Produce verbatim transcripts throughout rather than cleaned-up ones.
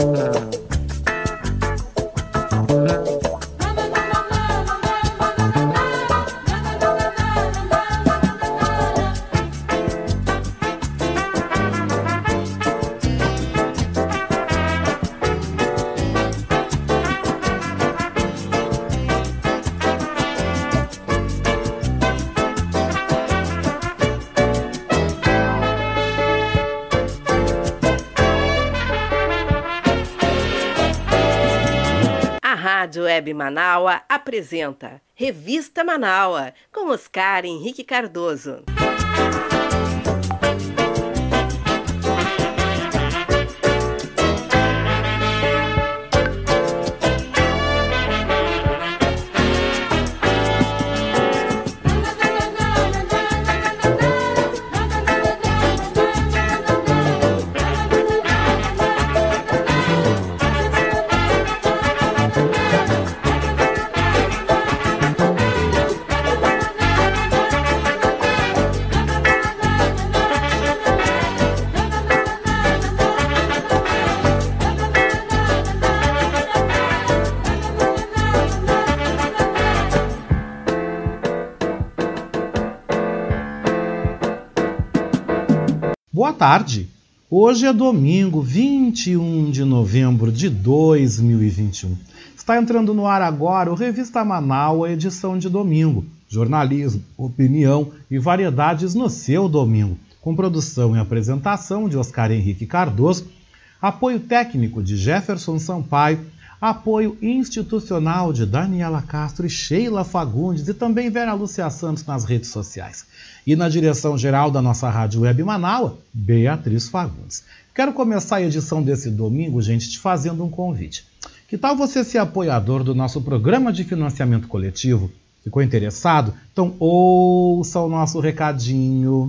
Rádio Web Manaua apresenta Revista Manaua, com Oscar Henrique Cardoso. Boa tarde! Hoje é domingo, vinte e um de novembro de dois mil e vinte e um. Está entrando no ar agora o Revista Manaua, edição de domingo. Jornalismo, opinião e variedades no seu domingo. Com produção e apresentação de Oscar Henrique Cardoso, apoio técnico de Jefferson Sampaio, apoio institucional de Daniela Castro e Sheila Fagundes e também Vera Lúcia Santos nas redes sociais. E na direção-geral da nossa Rádio Web Manaua, Beatriz Fagundes. Quero começar a edição desse domingo, gente, te fazendo um convite. Que tal você ser apoiador do nosso programa de financiamento coletivo? Ficou interessado? Então ouça o nosso recadinho.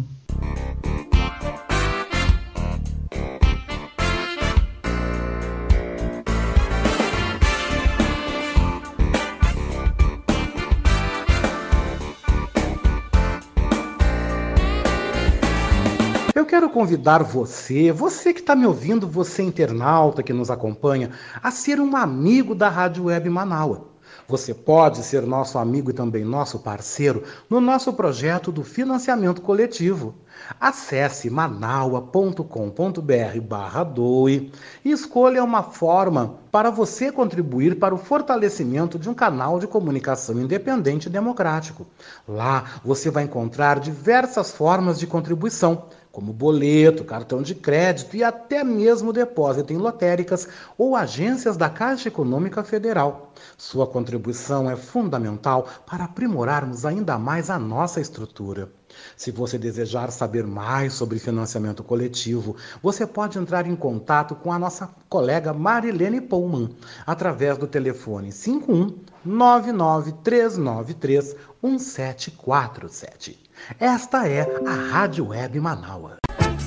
Eu quero convidar você, você que está me ouvindo, você internauta que nos acompanha, a ser um amigo da Rádio Web Manaua. Você pode ser nosso amigo e também nosso parceiro no nosso projeto do financiamento coletivo. Acesse manaua ponto com ponto br barra doe e escolha uma forma para você contribuir para o fortalecimento de um canal de comunicação independente e democrático. Lá você vai encontrar diversas formas de contribuição, como boleto, cartão de crédito e até mesmo depósito em lotéricas ou agências da Caixa Econômica Federal. Sua contribuição é fundamental para aprimorarmos ainda mais a nossa estrutura. Se você desejar saber mais sobre financiamento coletivo, você pode entrar em contato com a nossa colega Marilene Pullman, através do telefone cinco um nove nove três nove três um sete quatro sete. Esta é a Rádio Web Manaua.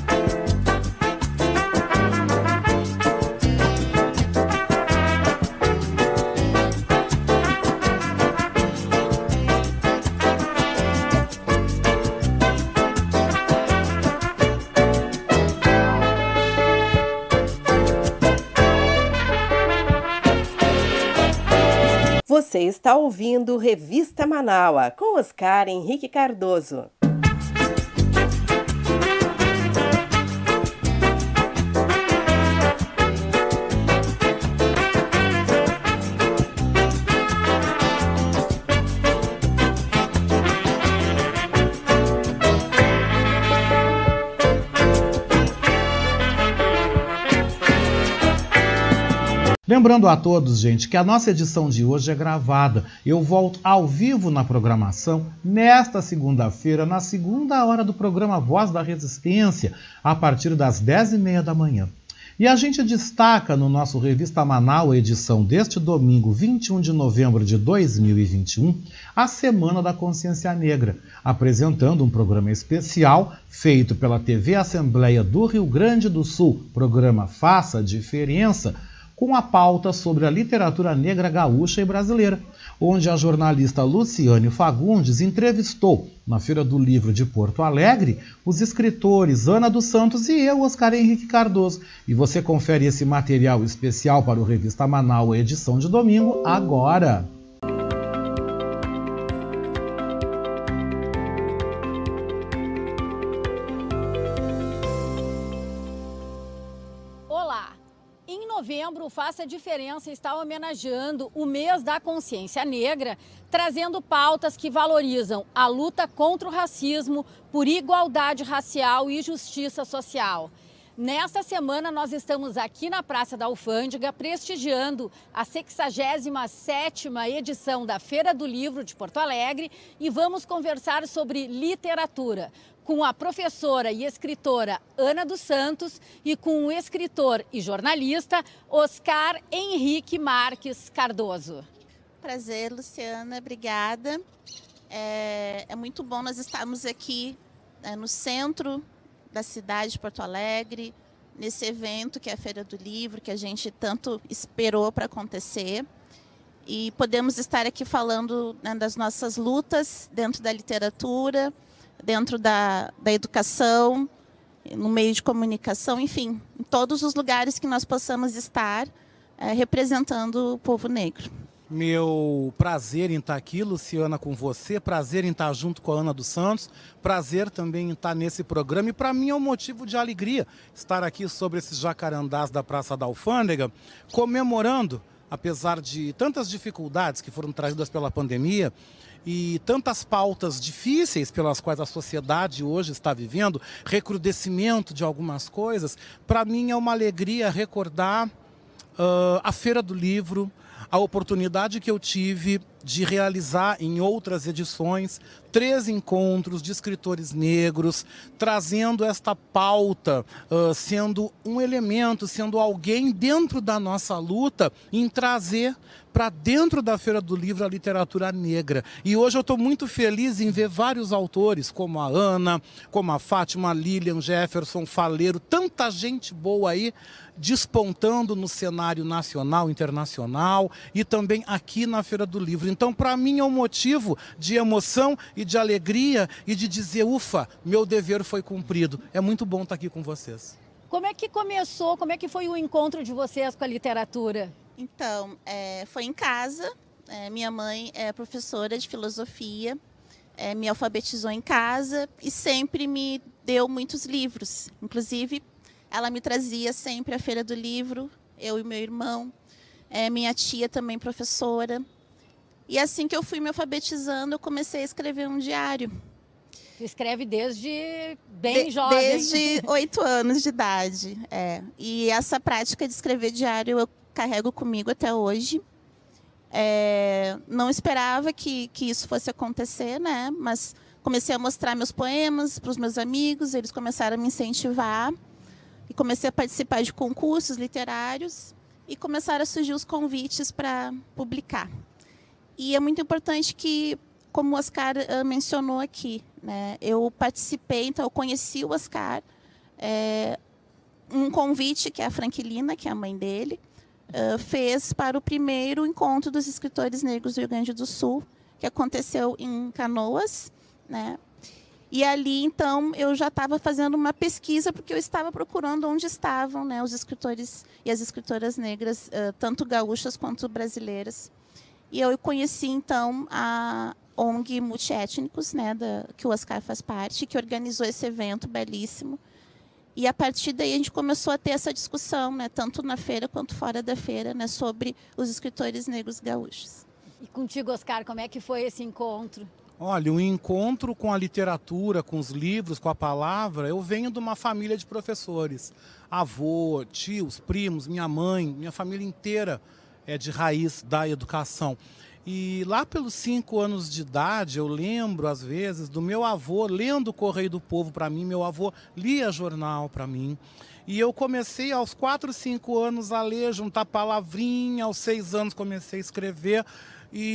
Você está ouvindo Revista Manaua, com Oscar Henrique Cardoso. Lembrando a todos, gente, que a nossa edição de hoje é gravada. Eu volto ao vivo na programação nesta segunda-feira, na segunda hora do programa Voz da Resistência, a partir das dez e meia da manhã. E a gente destaca no nosso Revista Manaua, edição deste domingo, vinte e um de novembro de dois mil e vinte e um, a Semana da Consciência Negra, apresentando um programa especial feito pela T V Assembleia do Rio Grande do Sul, programa Faça Diferença, com a pauta sobre a literatura negra gaúcha e brasileira, onde a jornalista Luciane Fagundes entrevistou, na Feira do Livro de Porto Alegre, os escritores Ana dos Santos e eu, Oscar Henrique Cardoso. E você confere esse material especial para o Revista Manaua, edição de domingo, agora. Olá! Em novembro, o Faça a Diferença está homenageando o mês da consciência negra, trazendo pautas que valorizam a luta contra o racismo, por igualdade racial e justiça social. Nesta semana, nós estamos aqui na Praça da Alfândega, prestigiando a sexagésima sétima edição da Feira do Livro de Porto Alegre e vamos conversar sobre literatura com a professora e escritora Ana dos Santos e com o escritor e jornalista Oscar Henrique Marques Cardoso. Prazer, Luciana, obrigada. É, é muito bom nós estarmos aqui é, no centro da cidade de Porto Alegre, nesse evento que é a Feira do Livro, que a gente tanto esperou para acontecer. E podemos estar aqui falando, né, das nossas lutas dentro da literatura, dentro da, da educação, no meio de comunicação, enfim, em todos os lugares que nós possamos estar é, representando o povo negro. Meu prazer em estar aqui, Luciana, com você, prazer em estar junto com a Ana dos Santos, prazer também em estar nesse programa e para mim é um motivo de alegria estar aqui sobre esses jacarandás da Praça da Alfândega, comemorando, apesar de tantas dificuldades que foram trazidas pela pandemia, e tantas pautas difíceis pelas quais a sociedade hoje está vivendo, recrudescimento de algumas coisas, para mim é uma alegria recordar uh, a Feira do Livro, a oportunidade que eu tive de realizar em outras edições três encontros de escritores negros, trazendo esta pauta, uh, sendo um elemento, sendo alguém dentro da nossa luta em trazer para dentro da Feira do Livro a literatura negra. E hoje eu estou muito feliz em ver vários autores, como a Ana, como a Fátima, Lilian, Jefferson, Faleiro, tanta gente boa aí, despontando no cenário nacional, internacional e também aqui na Feira do Livro. Então, para mim é um motivo de emoção e de alegria e de dizer, ufa, meu dever foi cumprido. É muito bom estar aqui com vocês. Como é que começou, como é que foi o encontro de vocês com a literatura? Então, é, foi em casa. É, minha mãe é professora de filosofia, é, me alfabetizou em casa e sempre me deu muitos livros. Inclusive, ela me trazia sempre a Feira do Livro, eu e meu irmão. É, minha tia também professora. E assim que eu fui me alfabetizando, eu comecei a escrever um diário. Tu escreve desde bem de, jovem. Desde oito anos de idade. É. E essa prática de escrever diário eu carrego comigo até hoje. É, não esperava que, que isso fosse acontecer, né? Mas comecei a mostrar meus poemas para os meus amigos, eles começaram a me incentivar. E comecei a participar de concursos literários e começaram a surgir os convites para publicar. E é muito importante que, como o Oscar uh, mencionou aqui, né, eu participei, então eu conheci o Oscar, é, um convite que a Franquilina, que é a mãe dele, uh, fez para o primeiro encontro dos escritores negros do Rio Grande do Sul, que aconteceu em Canoas, né? E ali, então, eu já estava fazendo uma pesquisa, porque eu estava procurando onde estavam, né, os escritores e as escritoras negras, uh, tanto gaúchas quanto brasileiras. E eu conheci, então, a O N G Multiétnicos, né, da, que o Oscar faz parte, que organizou esse evento belíssimo. E, a partir daí, a gente começou a ter essa discussão, né, tanto na feira quanto fora da feira, né, sobre os escritores negros gaúchos. E contigo, Oscar, como é que foi esse encontro? Olha, o encontro com a literatura, com os livros, com a palavra, eu venho de uma família de professores. Avô, tios, primos, minha mãe, minha família inteira é de raiz da educação. E lá pelos cinco anos de idade, eu lembro, às vezes, do meu avô lendo o Correio do Povo para mim. Meu avô lia jornal para mim. E eu comecei aos quatro, cinco anos a ler, juntar palavrinha. Aos seis anos comecei a escrever. E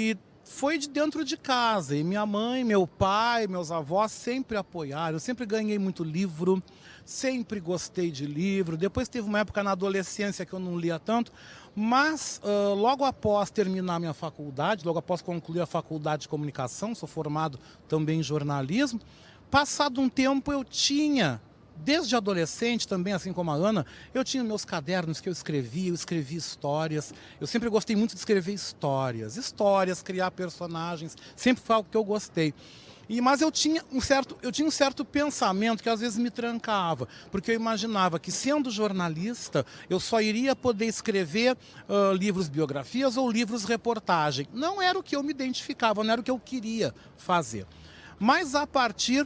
foi de dentro de casa. E minha mãe, meu pai, meus avós sempre apoiaram. Eu sempre ganhei muito livro, sempre gostei de livro. Depois teve uma época na adolescência que eu não lia tanto, mas uh, logo após terminar minha faculdade, logo após concluir a faculdade de comunicação, sou formado também em jornalismo, passado um tempo eu tinha, desde adolescente também, assim como a Ana, eu tinha meus cadernos que eu escrevia, eu escrevia histórias. Eu sempre gostei muito de escrever histórias, histórias, criar personagens, sempre foi algo que eu gostei. E, mas eu tinha, um certo, eu tinha um certo pensamento que às vezes me trancava, porque eu imaginava que, sendo jornalista, eu só iria poder escrever uh, livros biografias ou livros reportagem. Não era o que eu me identificava, não era o que eu queria fazer. Mas a partir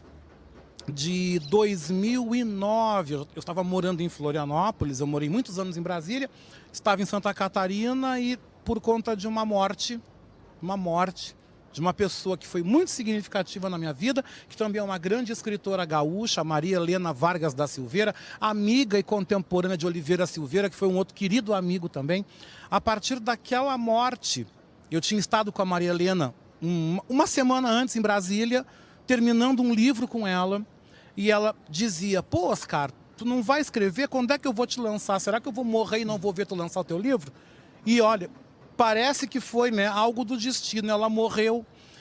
de dois mil e nove, eu estava morando em Florianópolis, eu morei muitos anos em Brasília, estava em Santa Catarina e por conta de uma morte, uma morte, de uma pessoa que foi muito significativa na minha vida, que também é uma grande escritora gaúcha, Maria Helena Vargas da Silveira, amiga e contemporânea de Oliveira Silveira, que foi um outro querido amigo também. A partir daquela morte, eu tinha estado com a Maria Helena um, uma semana antes em Brasília, terminando um livro com ela, e ela dizia: pô, Oscar, tu não vai escrever? Quando é que eu vou te lançar? Será que eu vou morrer e não vou ver tu lançar o teu livro? E olha, parece que foi, né, algo do destino. Ela morreu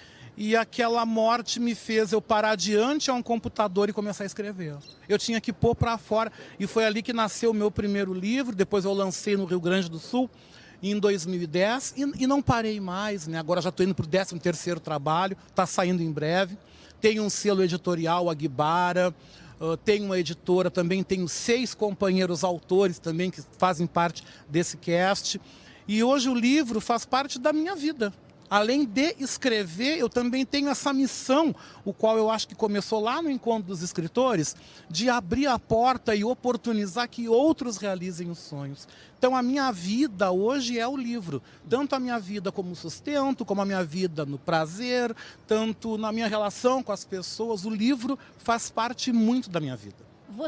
e aquela morte me fez eu parar diante a um computador e começar a escrever. Eu tinha que pôr para fora. E foi ali que nasceu o meu primeiro livro. Depois eu lancei no Rio Grande do Sul, em dois mil e dez. E, e não parei mais, né? Agora já estou indo para o décimo terceiro trabalho. Está saindo em breve. Tenho um selo editorial, a Guibara. Uh, tenho uma editora também. Tenho seis companheiros autores também que fazem parte desse cast. E hoje o livro faz parte da minha vida. Além de escrever, eu também tenho essa missão, o qual eu acho que começou lá no Encontro dos Escritores, de abrir a porta e oportunizar que outros realizem os sonhos. Então a minha vida hoje é o livro. Tanto a minha vida como sustento, como a minha vida no prazer, tanto na minha relação com as pessoas. O livro faz parte muito da minha vida.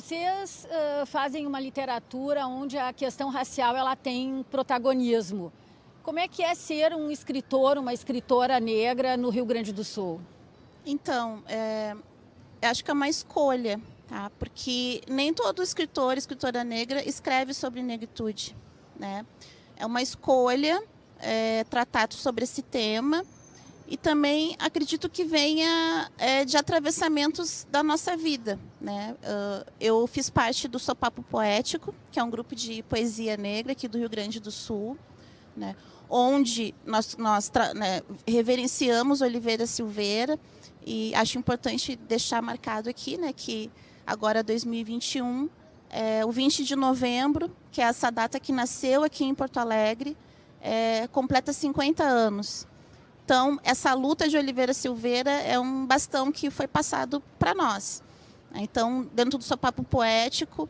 Vocês uh, fazem uma literatura onde a questão racial ela tem protagonismo. Como é que é ser um escritor, uma escritora negra no Rio Grande do Sul? Então, é, acho que é uma escolha, tá? Porque nem todo escritor, escritora negra escreve sobre negritude, né? É uma escolha é, tratar sobre esse tema. E também acredito que venha é, de atravessamentos da nossa vida, né? Uh, eu fiz parte do Sopapo Poético, que é um grupo de poesia negra aqui do Rio Grande do Sul, né? Onde nós, nós né, reverenciamos Oliveira Silveira. E acho importante deixar marcado aqui, né, que agora dois mil e vinte e um, é, o vinte de novembro, que é essa data que nasceu aqui em Porto Alegre, é, completa cinquenta anos. Então, essa luta de Oliveira Silveira é um bastão que foi passado para nós. Então, dentro do Sopapo Poético,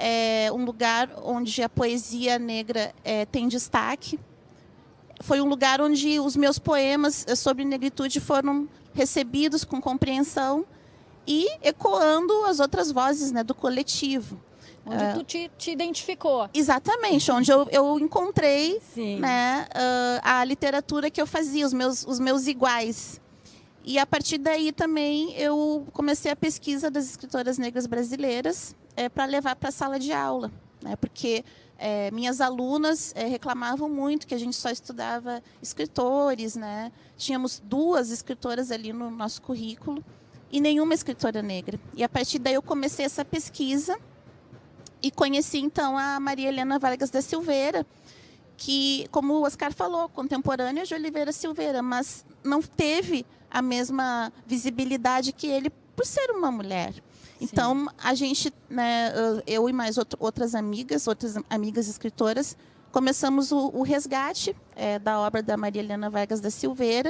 é um lugar onde a poesia negra é, tem destaque. Foi um lugar onde os meus poemas sobre negritude foram recebidos com compreensão e ecoando as outras vozes, né, do coletivo. Onde uh, tu te, te identificou. Exatamente, onde eu, eu encontrei, né, uh, a literatura que eu fazia, os meus, os meus iguais. E a partir daí também eu comecei a pesquisa das escritoras negras brasileiras é, para levar para a sala de aula, né, porque é, minhas alunas é, reclamavam muito que a gente só estudava escritores, né? Tínhamos duas escritoras ali no nosso currículo e nenhuma escritora negra. E a partir daí eu comecei essa pesquisa e conheci, então, a Maria Helena Vargas da Silveira, que, como o Oscar falou, contemporânea de Oliveira Silveira, mas não teve a mesma visibilidade que ele por ser uma mulher. Então, sim, a gente, né, eu e mais outro, outras amigas, outras amigas escritoras, começamos o, o resgate é, da obra da Maria Helena Vargas da Silveira.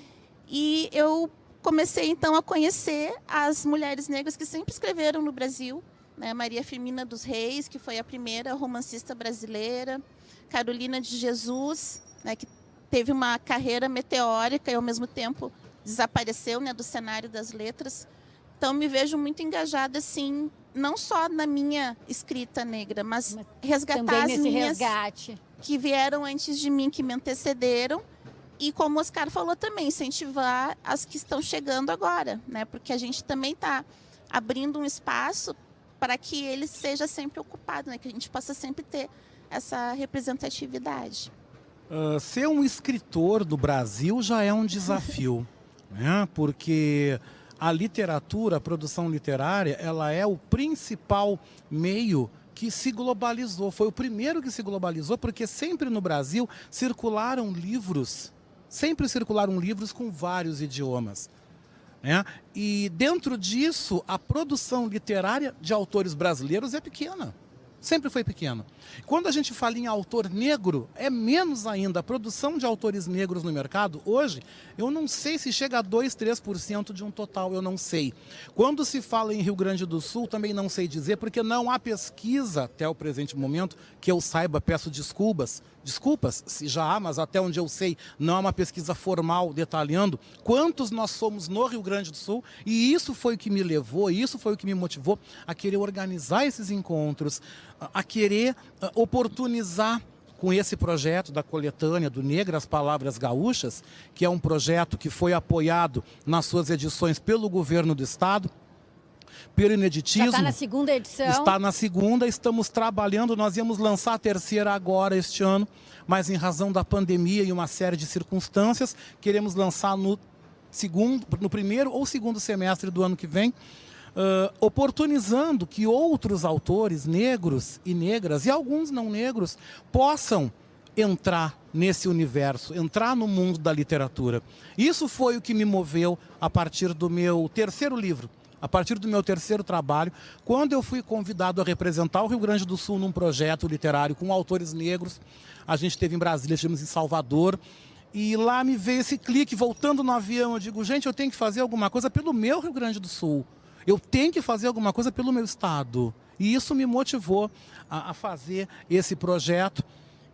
E eu comecei, então, a conhecer as mulheres negras que sempre escreveram no Brasil, né? Maria Firmina dos Reis, que foi a primeira romancista brasileira, Carolina de Jesus, né, que teve uma carreira meteórica e, ao mesmo tempo, desapareceu, né, do cenário das letras. Então, me vejo muito engajada, assim, não só na minha escrita negra, mas, mas resgatar as minhas resgate. Que vieram antes de mim, que me antecederam, e como o Oscar falou também, incentivar as que estão chegando agora, né? Porque a gente também está abrindo um espaço para que ele seja sempre ocupado, né? Que a gente possa sempre ter essa representatividade. Uh, ser um escritor do Brasil já é um desafio, né? Porque a literatura, a produção literária, ela é o principal meio que se globalizou. Foi o primeiro que se globalizou, porque sempre no Brasil circularam livros, sempre circularam livros com vários idiomas, né? E dentro disso, a produção literária de autores brasileiros é pequena. Sempre foi pequena. Quando a gente fala em autor negro, é menos ainda. A produção de autores negros no mercado, hoje, eu não sei se chega a dois, três por cento de um total, eu não sei. Quando se fala em Rio Grande do Sul, também não sei dizer, porque não há pesquisa, até o presente momento, que eu saiba, peço desculpas, desculpas, se já há, mas até onde eu sei, não há uma pesquisa formal detalhando quantos nós somos no Rio Grande do Sul, e isso foi o que me levou, isso foi o que me motivou a querer organizar esses encontros, a querer oportunizar com esse projeto da coletânea do Negras Palavras Gaúchas, que é um projeto que foi apoiado nas suas edições pelo governo do estado, pelo ineditismo. Já está na segunda edição. Está na segunda, estamos trabalhando, nós íamos lançar a terceira agora este ano, mas em razão da pandemia e uma série de circunstâncias, queremos lançar no, segundo, no primeiro ou segundo semestre do ano que vem, Uh, oportunizando que outros autores negros e negras, e alguns não negros, possam entrar nesse universo, entrar no mundo da literatura. Isso foi o que me moveu a partir do meu terceiro livro, a partir do meu terceiro trabalho, quando eu fui convidado a representar o Rio Grande do Sul num projeto literário com autores negros. A gente esteve em Brasília, estivemos em Salvador, e lá me veio esse clique, voltando no avião, eu digo, gente, eu tenho que fazer alguma coisa pelo meu Rio Grande do Sul. Eu tenho que fazer alguma coisa pelo meu estado. E isso me motivou a, a fazer esse projeto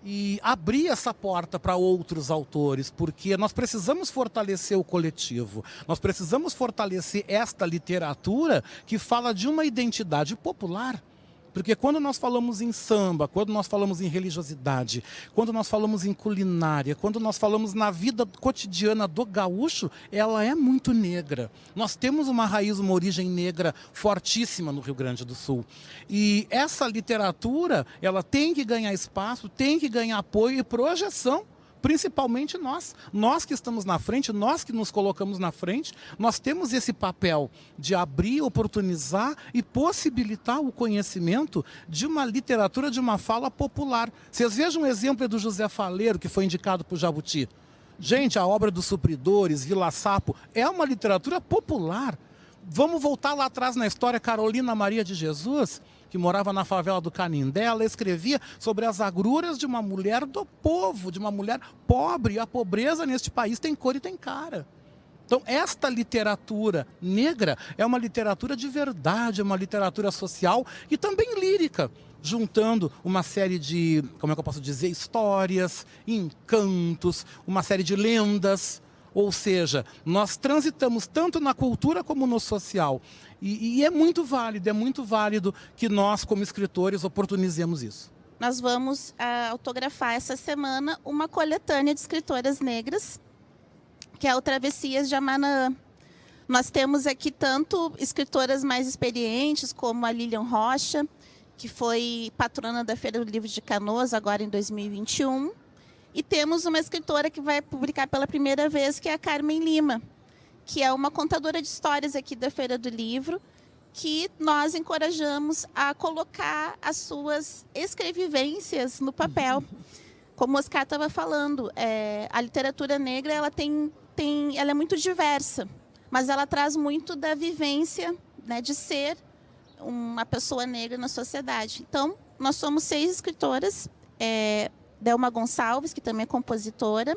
e abrir essa porta para outros autores, porque nós precisamos fortalecer o coletivo, nós precisamos fortalecer esta literatura que fala de uma identidade popular. Porque quando nós falamos em samba, quando nós falamos em religiosidade, quando nós falamos em culinária, quando nós falamos na vida cotidiana do gaúcho, ela é muito negra. Nós temos uma raiz, uma origem negra fortíssima no Rio Grande do Sul. E essa literatura, ela tem que ganhar espaço, tem que ganhar apoio e projeção. Principalmente nós, nós que estamos na frente, nós que nos colocamos na frente, nós temos esse papel de abrir, oportunizar e possibilitar o conhecimento de uma literatura, de uma fala popular. Vocês vejam um exemplo do José Faleiro, que foi indicado por Jabuti. Gente, a obra dos Supridores, Vila Sapo, é uma literatura popular. Vamos voltar lá atrás na história, Carolina Maria de Jesus, que morava na favela do Canindé, ela escrevia sobre as agruras de uma mulher do povo, de uma mulher pobre. A pobreza neste país tem cor e tem cara. Então, esta literatura negra é uma literatura de verdade, é uma literatura social e também lírica, juntando uma série de, como é que eu posso dizer, histórias, encantos, uma série de lendas. Ou seja, nós transitamos tanto na cultura como no social. E, e é muito válido, é muito válido que nós, como escritores, oportunizemos isso. Nós vamos uh, autografar essa semana uma coletânea de escritoras negras, que é o Travessias de Amanaã. Nós temos aqui tanto escritoras mais experientes, como a Lilian Rocha, que foi patrona da Feira do Livro de Canoas, agora em dois mil e vinte e um. E temos uma escritora que vai publicar pela primeira vez, que é a Carmen Lima, que é uma contadora de histórias aqui da Feira do Livro, que nós encorajamos a colocar as suas escrevivências no papel. Como o Oscar estava falando, é, a literatura negra ela tem, tem, ela é muito diversa, mas ela traz muito da vivência, né, de ser uma pessoa negra na sociedade. Então, nós somos seis escritoras, é, Delma Gonçalves, que também é compositora,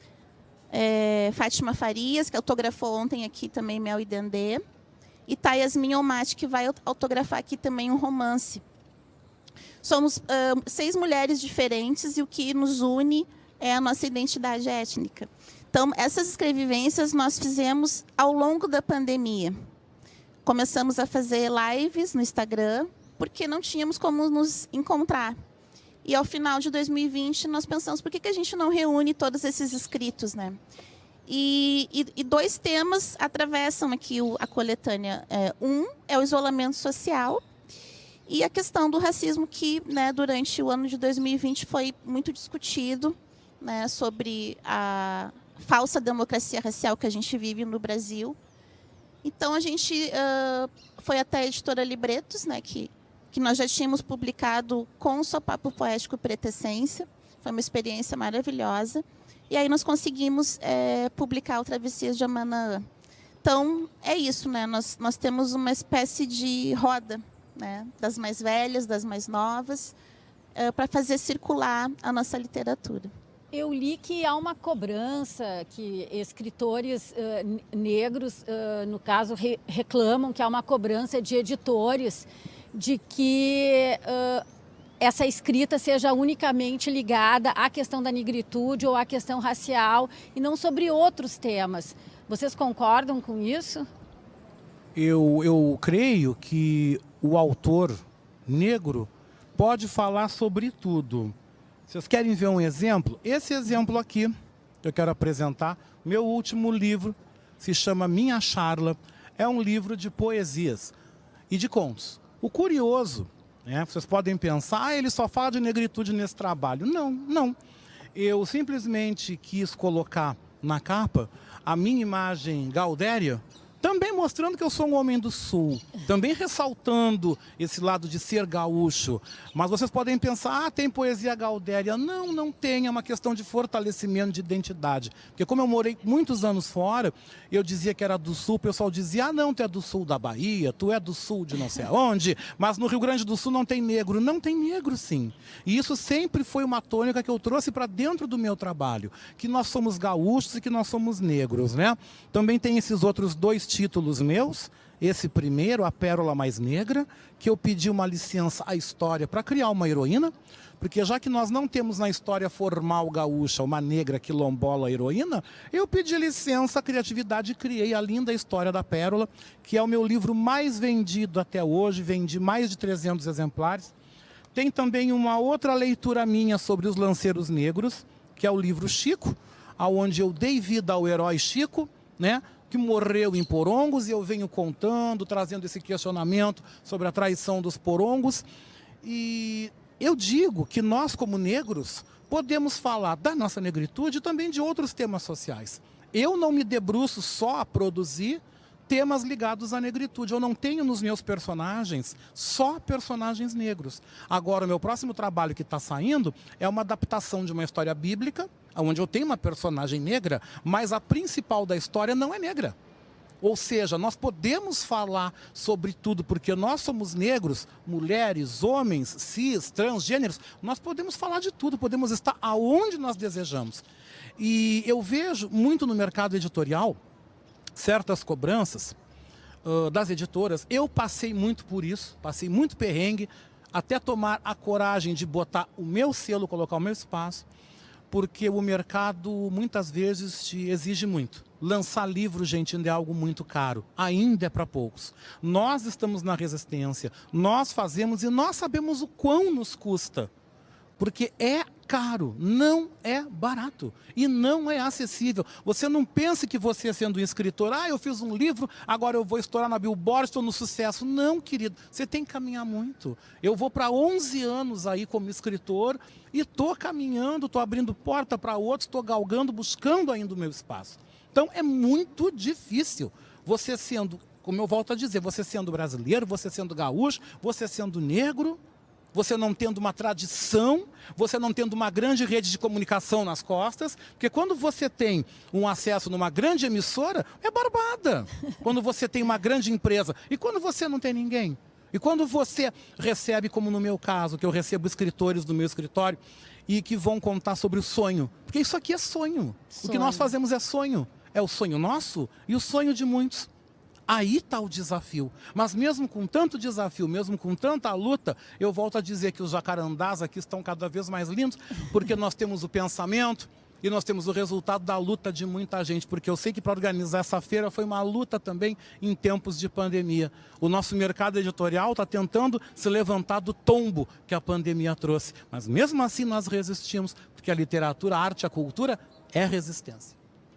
é, Fátima Farias, que autografou ontem aqui também Mel e Dendê, e Tayasmin Omati, que vai autografar aqui também um romance. Somos uh, seis mulheres diferentes e o que nos une é a nossa identidade étnica. Então, essas escrevivências nós fizemos ao longo da pandemia. Começamos a fazer lives no Instagram, porque não tínhamos como nos encontrar. E ao final de dois mil e vinte, nós pensamos, por que, que a gente não reúne todos esses escritos, né? E, e, e dois temas atravessam aqui o, a coletânea. É, um é o isolamento social e a questão do racismo, que, né, durante o ano de dois mil e vinte foi muito discutido, né, sobre a falsa democracia racial que a gente vive no Brasil. Então, a gente uh, foi até a editora Libretos, né, que, que nós já tínhamos publicado com o Sopapo Poético Preta Essência. Foi uma experiência maravilhosa. E aí nós conseguimos é, publicar o Travessias de Amanaã. Então, é isso, né? Nós, nós temos uma espécie de roda, né, das mais velhas, das mais novas, é, para fazer circular a nossa literatura. Eu li que há uma cobrança, que escritores uh, negros, uh, no caso, re reclamam que há uma cobrança de editores de que uh, essa escrita seja unicamente ligada à questão da negritude ou à questão racial e não sobre outros temas. Vocês concordam com isso? Eu, eu creio que o autor negro pode falar sobre tudo. Vocês querem ver um exemplo? Esse exemplo aqui, que eu quero apresentar, meu último livro, se chama Minha Charla, é um livro de poesias e de contos. O curioso, né, vocês podem pensar, ah, ele só fala de negritude nesse trabalho. Não, não. Eu simplesmente quis colocar na capa a minha imagem gaudéria, também mostrando que eu sou um homem do Sul, também ressaltando esse lado de ser gaúcho. Mas vocês podem pensar, ah, tem poesia gaudéria. Não, não tem, é uma questão de fortalecimento de identidade. Porque como eu morei muitos anos fora, eu dizia que era do Sul, o pessoal dizia, ah, não, tu é do Sul da Bahia, tu é do Sul de não sei aonde, mas no Rio Grande do Sul não tem negro. Não tem negro, sim. E isso sempre foi uma tônica que eu trouxe para dentro do meu trabalho, que nós somos gaúchos e que nós somos negros, né? Também tem esses outros dois títulos meus, esse primeiro, A Pérola Mais Negra, que eu pedi uma licença à história para criar uma heroína, porque já que nós não temos na história formal gaúcha uma negra quilombola heroína, eu pedi licença à criatividade e criei a linda história da Pérola, que é o meu livro mais vendido até hoje, vendi mais de trezentos exemplares. Tem também uma outra leitura minha sobre os lanceiros negros, que é o livro Chico, onde eu dei vida ao herói Chico, né, que morreu em Porongos, e eu venho contando, trazendo esse questionamento sobre a traição dos porongos. E eu digo que nós, como negros, podemos falar da nossa negritude e também de outros temas sociais. Eu não me debruço só a produzir temas ligados à negritude. Eu não tenho nos meus personagens só personagens negros. Agora, o meu próximo trabalho que está saindo é uma adaptação de uma história bíblica, onde eu tenho uma personagem negra, mas a principal da história não é negra. Ou seja, nós podemos falar sobre tudo, porque nós somos negros, mulheres, homens, cis, transgêneros, nós podemos falar de tudo, podemos estar aonde nós desejamos. E eu vejo muito no mercado editorial certas cobranças uh, das editoras. Eu passei muito por isso, passei muito perrengue, até tomar a coragem de botar o meu selo, colocar o meu espaço, porque o mercado muitas vezes te exige muito. Lançar livro, gente, ainda é algo muito caro, ainda é para poucos. Nós estamos na resistência, nós fazemos e nós sabemos o quão nos custa, porque é caro, não é barato e não é acessível. Você não pense que você, sendo um escritor, ah, eu fiz um livro, agora eu vou estourar na Billboard, estou no sucesso. Não, querido, você tem que caminhar muito. Eu vou para onze anos aí como escritor e estou caminhando, estou abrindo porta para outros, estou galgando, buscando ainda o meu espaço. Então é muito difícil você sendo, como eu volto a dizer, você sendo brasileiro, você sendo gaúcho, você sendo negro, você não tendo uma tradição, você não tendo uma grande rede de comunicação nas costas, porque quando você tem um acesso numa grande emissora, é barbada. Quando você tem uma grande empresa, e quando você não tem ninguém? E quando você recebe, como no meu caso, que eu recebo escritores do meu escritório, e que vão contar sobre o sonho, porque isso aqui é sonho. sonho. O que nós fazemos é sonho. É o sonho nosso e o sonho de muitos. Aí está o desafio. Mas mesmo com tanto desafio, mesmo com tanta luta, eu volto a dizer que os jacarandás aqui estão cada vez mais lindos, porque nós temos o pensamento, e nós temos o resultado da luta de muita gente, porque eu sei que para organizar essa feira foi uma luta também em tempos de pandemia. O nosso mercado editorial está tentando se levantar do tombo que a pandemia trouxe, mas mesmo assim nós resistimos, porque a literatura, a arte, a cultura é resistência.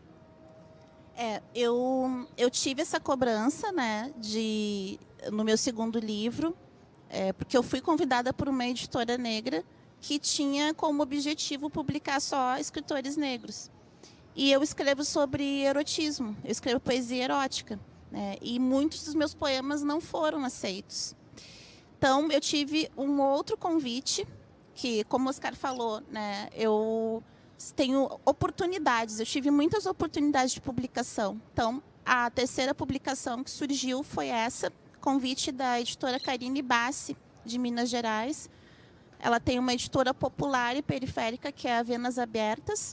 É, eu, eu tive essa cobrança, né, de, no meu segundo livro, é, porque eu fui convidada por uma editora negra que tinha como objetivo publicar só escritores negros. E eu escrevo sobre erotismo, eu escrevo poesia erótica, né, e muitos dos meus poemas não foram aceitos. Então, eu tive um outro convite, que, como o Oscar falou, né, eu tenho oportunidades, eu tive muitas oportunidades de publicação. Então, a terceira publicação que surgiu foi essa, convite da editora Karine Bassi, de Minas Gerais. Ela tem uma editora popular e periférica, que é a Venas Abertas,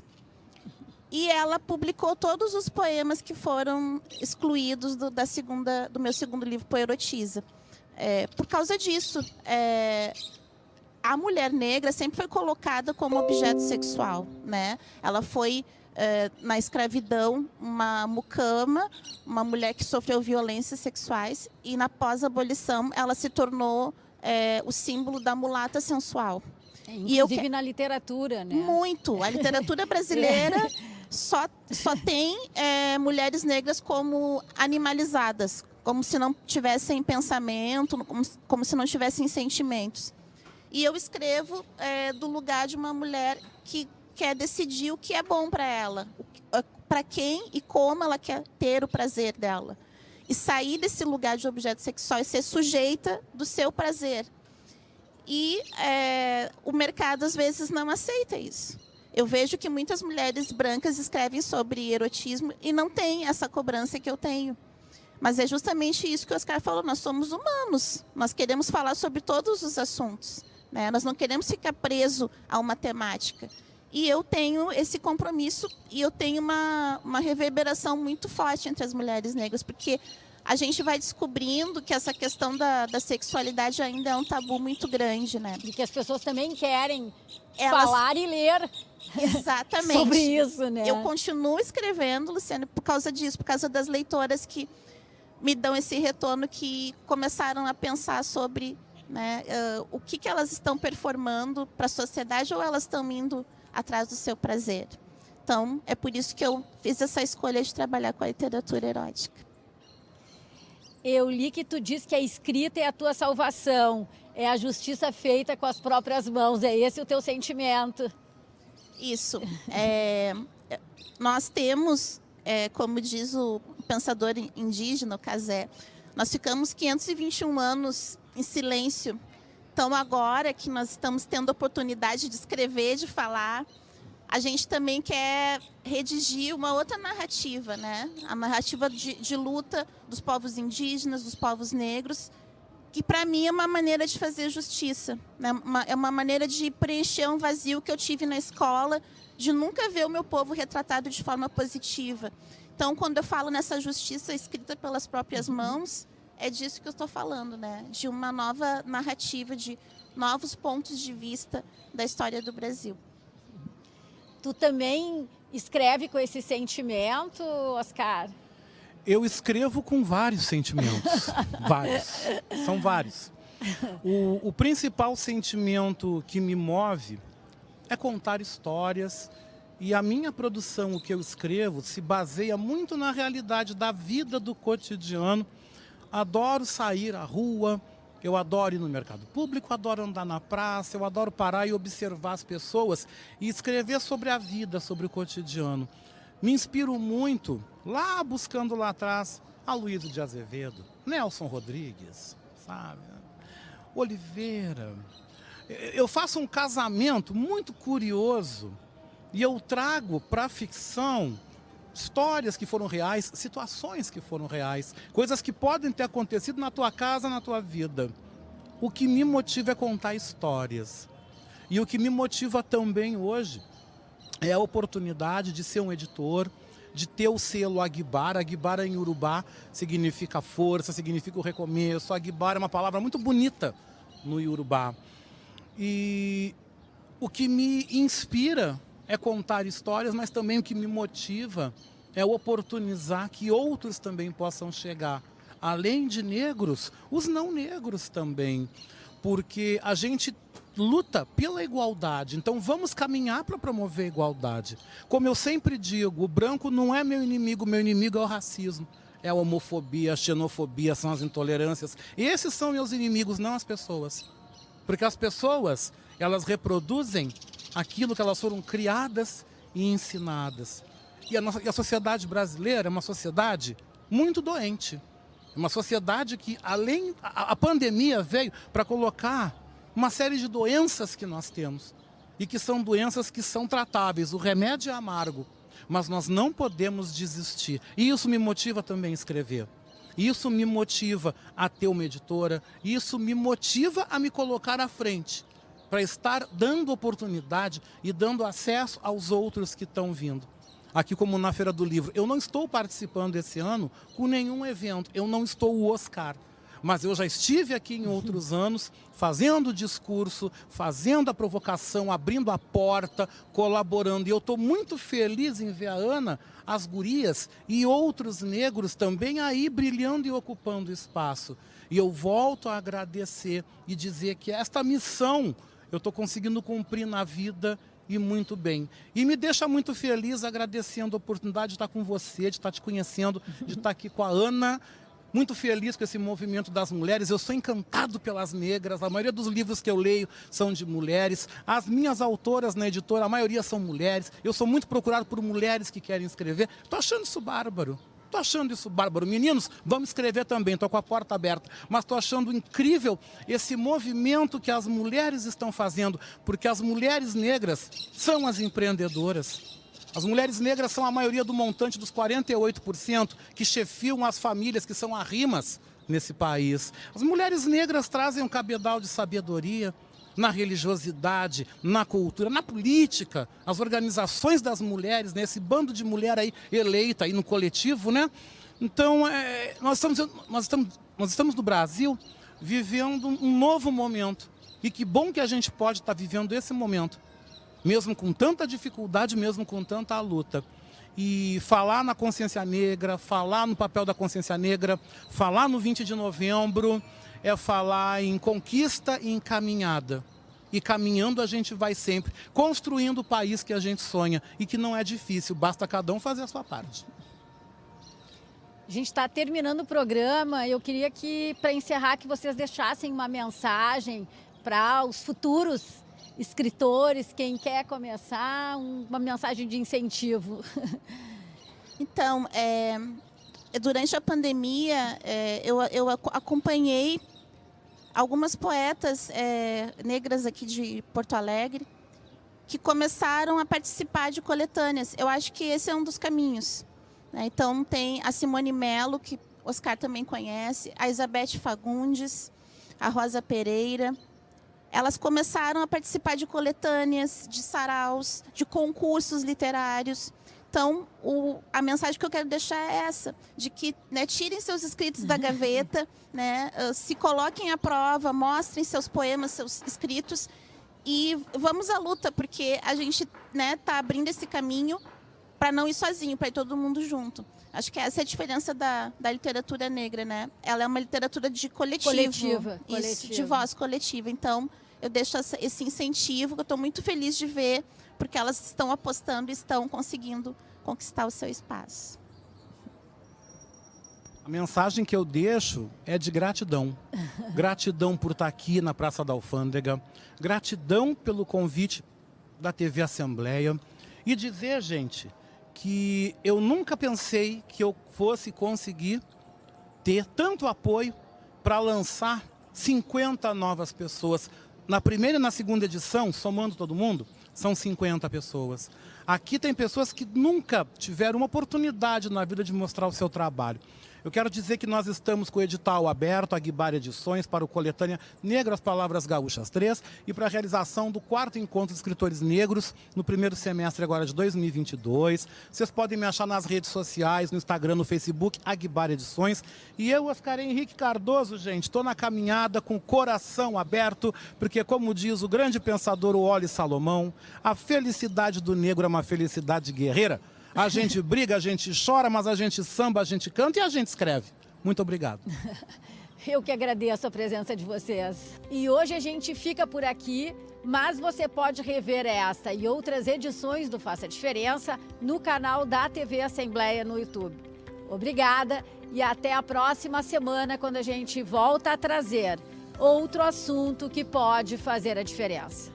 e ela publicou todos os poemas que foram excluídos do, da segunda, do meu segundo livro, Poerotiza. É, por causa disso, é, a mulher negra sempre foi colocada como objeto sexual, né? Ela foi, é, na escravidão, uma mucama, uma mulher que sofreu violências sexuais, e na pós-abolição ela se tornou é, o símbolo da mulata sensual. É, inclusive e eu, na literatura, né? Muito. A literatura brasileira só, só tem é, mulheres negras como animalizadas, como se não tivessem pensamento, como, como se não tivessem sentimentos. E eu escrevo é, do lugar de uma mulher que quer decidir o que é bom para ela, para quem e como ela quer ter o prazer dela. E sair desse lugar de objeto sexual e ser sujeita do seu prazer. E é, o mercado, às vezes, não aceita isso. Eu vejo que muitas mulheres brancas escrevem sobre erotismo e não têm essa cobrança que eu tenho. Mas é justamente isso que o Oscar falou, nós somos humanos, nós queremos falar sobre todos os assuntos, né? Nós não queremos ficar preso a uma temática. E eu tenho esse compromisso e eu tenho uma, uma reverberação muito forte entre as mulheres negras, porque a gente vai descobrindo que essa questão da, da sexualidade ainda é um tabu muito grande, né? E que as pessoas também querem Elas... falar e ler Exatamente. sobre isso, né? Eu continuo escrevendo, Luciana, por causa disso, por causa das leitoras que me dão esse retorno, que começaram a pensar sobre, né, uh, o que, que elas estão performando para a sociedade, ou elas estão indo atrás do seu prazer. Então, é por isso que eu fiz essa escolha de trabalhar com a literatura erótica. Eu li que tu diz que a escrita é a tua salvação, é a justiça feita com as próprias mãos, é esse o teu sentimento? Isso. É, nós temos, é, como diz o pensador indígena, o Cazé, nós ficamos quinhentos e vinte e um anos em silêncio. Então, agora que nós estamos tendo a oportunidade de escrever, de falar, a gente também quer redigir uma outra narrativa, né? A narrativa de, de luta dos povos indígenas, dos povos negros, que para mim é uma maneira de fazer justiça, né? Uma, é uma maneira de preencher um vazio que eu tive na escola, de nunca ver o meu povo retratado de forma positiva. Então, quando eu falo nessa justiça escrita pelas próprias mãos, é disso que eu estou falando, né? De uma nova narrativa, de novos pontos de vista da história do Brasil. Tu também escreve com esse sentimento, Oscar? Eu escrevo com vários sentimentos, vários, são vários. O, o principal sentimento que me move é contar histórias, e a minha produção, o que eu escrevo, se baseia muito na realidade da vida do cotidiano. Adoro sair à rua, eu adoro ir no mercado público, adoro andar na praça, eu adoro parar e observar as pessoas e escrever sobre a vida, sobre o cotidiano. Me inspiro muito, lá buscando lá atrás, Aloysio de Azevedo, Nelson Rodrigues, sabe? Oliveira. Eu faço um casamento muito curioso e eu trago para a ficção histórias que foram reais, situações que foram reais, coisas que podem ter acontecido na tua casa, na tua vida. O que me motiva é contar histórias. E o que me motiva também hoje é a oportunidade de ser um editor, de ter o selo Aguibara. Aguibara em Urubá significa força, significa o recomeço. Aguibara é uma palavra muito bonita no Iorubá. E o que me inspira é contar histórias, mas também o que me motiva é oportunizar que outros também possam chegar. Além de negros, os não negros também. Porque a gente luta pela igualdade, então vamos caminhar para promover a igualdade. Como eu sempre digo, o branco não é meu inimigo, meu inimigo é o racismo. É a homofobia, a xenofobia, são as intolerâncias. Esses são meus inimigos, não as pessoas. Porque as pessoas, elas reproduzem aquilo que elas foram criadas e ensinadas. E a, nossa, e a sociedade brasileira é uma sociedade muito doente. É uma sociedade que, além... A, a pandemia veio para colocar uma série de doenças que nós temos. E que são doenças que são tratáveis. O remédio é amargo. Mas nós não podemos desistir. E isso me motiva também a escrever. Isso me motiva a ter uma editora. Isso me motiva a me colocar à frente. Para estar dando oportunidade e dando acesso aos outros que estão vindo. Aqui como na Feira do Livro. Eu não estou participando esse ano com nenhum evento. Eu não estou o Oscar. Mas eu já estive aqui em outros anos, fazendo discurso, fazendo a provocação, abrindo a porta, colaborando. E eu estou muito feliz em ver a Ana, as gurias e outros negros também aí brilhando e ocupando espaço. E eu volto a agradecer e dizer que esta missão eu estou conseguindo cumprir na vida e muito bem. E me deixa muito feliz agradecendo a oportunidade de estar com você, de estar te conhecendo, de estar aqui com a Ana. Muito feliz com esse movimento das mulheres. Eu sou encantado pelas negras. A maioria dos livros que eu leio são de mulheres. As minhas autoras na editora, a maioria são mulheres. Eu sou muito procurado por mulheres que querem escrever. Estou achando isso bárbaro. Estou achando isso bárbaro. Meninos, vamos escrever também. Estou com a porta aberta. Mas estou achando incrível esse movimento que as mulheres estão fazendo. Porque as mulheres negras são as empreendedoras. As mulheres negras são a maioria do montante dos quarenta e oito por cento que chefiam as famílias que são arrimas nesse país. As mulheres negras trazem um cabedal de sabedoria na religiosidade, na cultura, na política. As organizações das mulheres, né? Esse bando de mulher aí eleita aí no coletivo, né? Então, é, nós, estamos, nós, estamos, nós estamos no Brasil vivendo um novo momento. E que bom que a gente pode estar vivendo esse momento. Mesmo com tanta dificuldade, mesmo com tanta luta. E falar na consciência negra, falar no papel da consciência negra, falar no vinte de novembro, é falar em conquista e em caminhada. E caminhando a gente vai sempre, construindo o país que a gente sonha. E que não é difícil, basta cada um fazer a sua parte. A gente está terminando o programa. Eu queria que, para encerrar, que vocês deixassem uma mensagem para os futuros escritores, quem quer começar, um, uma mensagem de incentivo. Então, é, durante a pandemia, é, eu, eu acompanhei algumas poetas é, negras aqui de Porto Alegre que começaram a participar de coletâneas. Eu acho que esse é um dos caminhos. Né? Então, tem a Simone Mello, que o Oscar também conhece, a Isabeth Fagundes, a Rosa Pereira. Elas começaram a participar de coletâneas, de saraus, de concursos literários. Então, o, a mensagem que eu quero deixar é essa, de que, né, tirem seus escritos da gaveta, né, se coloquem à prova, mostrem seus poemas, seus escritos e vamos à luta, porque a gente está abrindo esse caminho para não ir sozinho, para ir todo mundo junto. Acho que essa é a diferença da, da literatura negra, né? Ela é uma literatura de coletivo. Coletiva. Isso, coletiva. de voz coletiva. Então, eu deixo essa, esse incentivo, que eu estou muito feliz de ver, porque elas estão apostando e estão conseguindo conquistar o seu espaço. A mensagem que eu deixo é de gratidão. Gratidão por estar aqui na Praça da Alfândega. Gratidão pelo convite da T V Assembleia. E dizer, gente, que eu nunca pensei que eu fosse conseguir ter tanto apoio para lançar cinquenta novas pessoas. Na primeira e na segunda edição, somando todo mundo, são cinquenta pessoas. Aqui tem pessoas que nunca tiveram uma oportunidade na vida de mostrar o seu trabalho. Eu quero dizer que nós estamos com o edital aberto, a Aguibar Edições, para o Coletânea Negras Palavras Gaúchas três e para a realização do quarto encontro de escritores negros no primeiro semestre agora de dois mil e vinte e dois. Vocês podem me achar nas redes sociais, no Instagram, no Facebook, Aguibar Edições. E eu, Oscar Henrique Cardoso, gente, estou na caminhada com o coração aberto, porque, como diz o grande pensador Wally Salomão, a felicidade do negro é uma felicidade guerreira. A gente briga, a gente chora, mas a gente samba, a gente canta e a gente escreve. Muito obrigado. Eu que agradeço a presença de vocês. E hoje a gente fica por aqui, mas você pode rever esta e outras edições do Faça a Diferença no canal da T V Assembleia no YouTube. Obrigada e até a próxima semana, quando a gente volta a trazer outro assunto que pode fazer a diferença.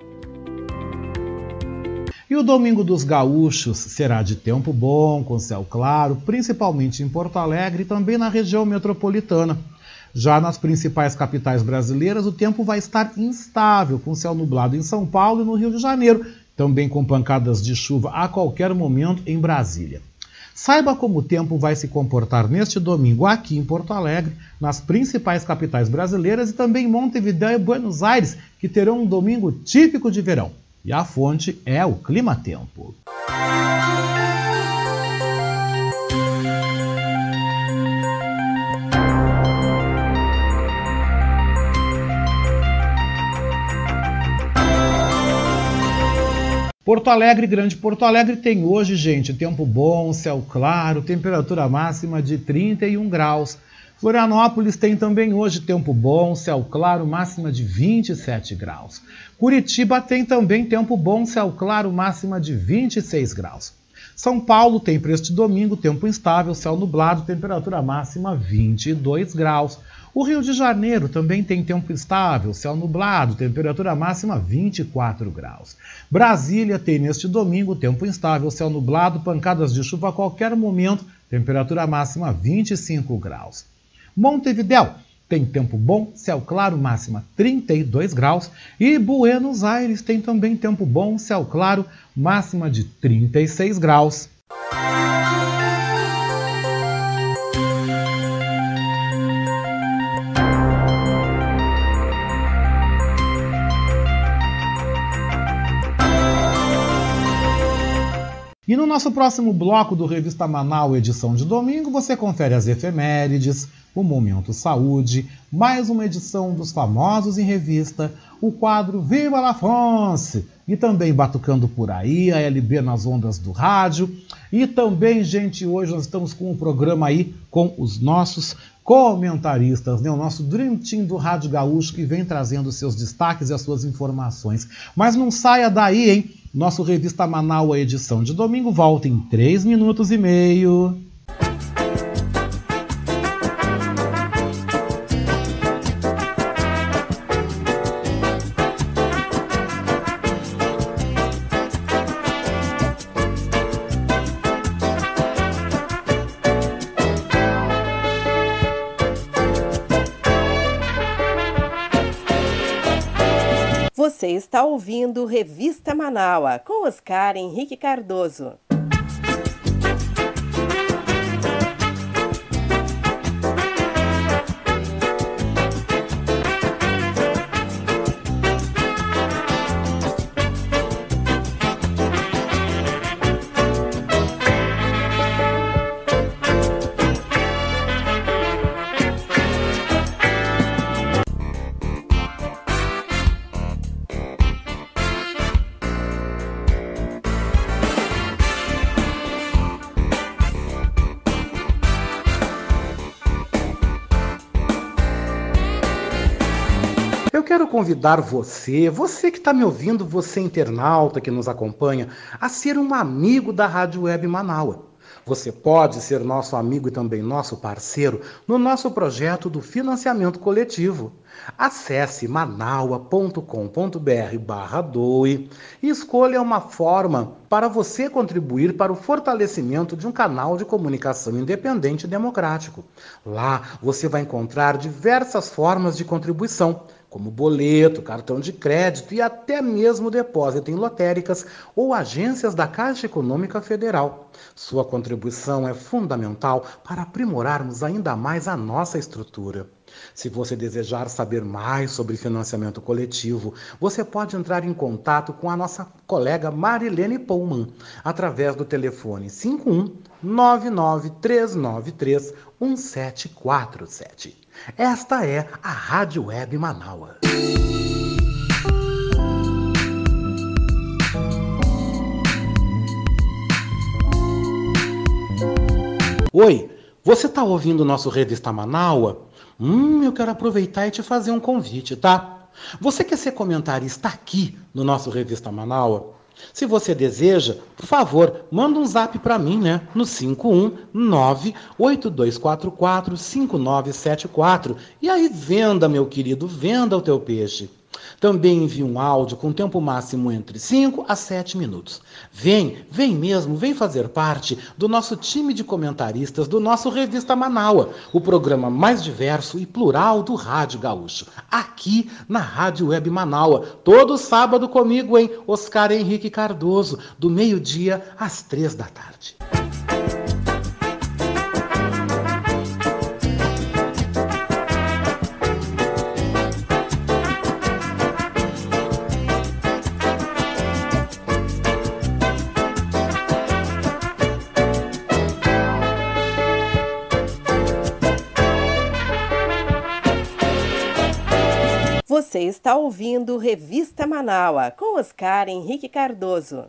E o Domingo dos Gaúchos será de tempo bom, com céu claro, principalmente em Porto Alegre e também na região metropolitana. Já nas principais capitais brasileiras, o tempo vai estar instável, com céu nublado em São Paulo e no Rio de Janeiro, também com pancadas de chuva a qualquer momento em Brasília. Saiba como o tempo vai se comportar neste domingo aqui em Porto Alegre, nas principais capitais brasileiras e também em Montevidéu e Buenos Aires, que terão um domingo típico de verão. E a fonte é o Climatempo. Porto Alegre, Grande Porto Alegre tem hoje, gente, tempo bom, céu claro, temperatura máxima de trinta e um graus. Florianópolis tem também hoje tempo bom, céu claro, máxima de vinte e sete graus. Curitiba tem também tempo bom, céu claro, máxima de vinte e seis graus. São Paulo tem para este domingo tempo instável, céu nublado, temperatura máxima vinte e dois graus. O Rio de Janeiro também tem tempo estável, céu nublado, temperatura máxima vinte e quatro graus. Brasília tem neste domingo tempo instável, céu nublado, pancadas de chuva a qualquer momento, temperatura máxima vinte e cinco graus. Montevidéu tem tempo bom, céu claro, máxima trinta e dois graus. E Buenos Aires tem também tempo bom, céu claro, máxima de trinta e seis graus. E no nosso próximo bloco do Revista Manaua, edição de domingo, você confere as efemérides, o Momento Saúde, mais uma edição dos Famosos em Revista, o quadro Viva la France, e também Batucando por Aí, a L B nas ondas do rádio. E também, gente, hoje nós estamos com um programa aí com os nossos comentaristas, né? O nosso Dream Team do Rádio Gaúcho, que vem trazendo seus destaques e as suas informações. Mas não saia daí, hein? Nosso Revista Manaua, edição de domingo, volta em três minutos e meio. Você está ouvindo Revista Manaua, com Oscar Henrique Cardoso. Eu quero convidar você, você que está me ouvindo, você internauta que nos acompanha, a ser um amigo da Rádio Web Manaua. Você pode ser nosso amigo e também nosso parceiro no nosso projeto do financiamento coletivo. Acesse manaua ponto com ponto br barra doe e escolha uma forma para você contribuir para o fortalecimento de um canal de comunicação independente e democrático. Lá você vai encontrar diversas formas de contribuição, como boleto, cartão de crédito e até mesmo depósito em lotéricas ou agências da Caixa Econômica Federal. Sua contribuição é fundamental para aprimorarmos ainda mais a nossa estrutura. Se você desejar saber mais sobre financiamento coletivo, você pode entrar em contato com a nossa colega Marilene Pullman através do telefone cinco um nove nove três nove três um sete quatro sete. Esta é a Rádio Web Manaua. Oi, você está ouvindo o nosso Revista Manaua? Hum, eu quero aproveitar e te fazer um convite, tá? Você quer ser comentarista aqui no nosso Revista Manaua? Se você deseja, por favor, manda um zap para mim, né? No cinco um nove oito dois quatro quatro cinco nove sete quatro. E aí venda, meu querido, venda o teu peixe. Também envie um áudio com tempo máximo entre cinco a sete minutos. Vem, vem mesmo, vem fazer parte do nosso time de comentaristas do nosso Revista Manaua, o programa mais diverso e plural do Rádio Gaúcho, aqui na Rádio Web Manaua, todo sábado comigo, hein, Oscar Henrique Cardoso, do meio-dia às três da tarde. Você está ouvindo Revista Manaua, com Oscar Henrique Cardoso.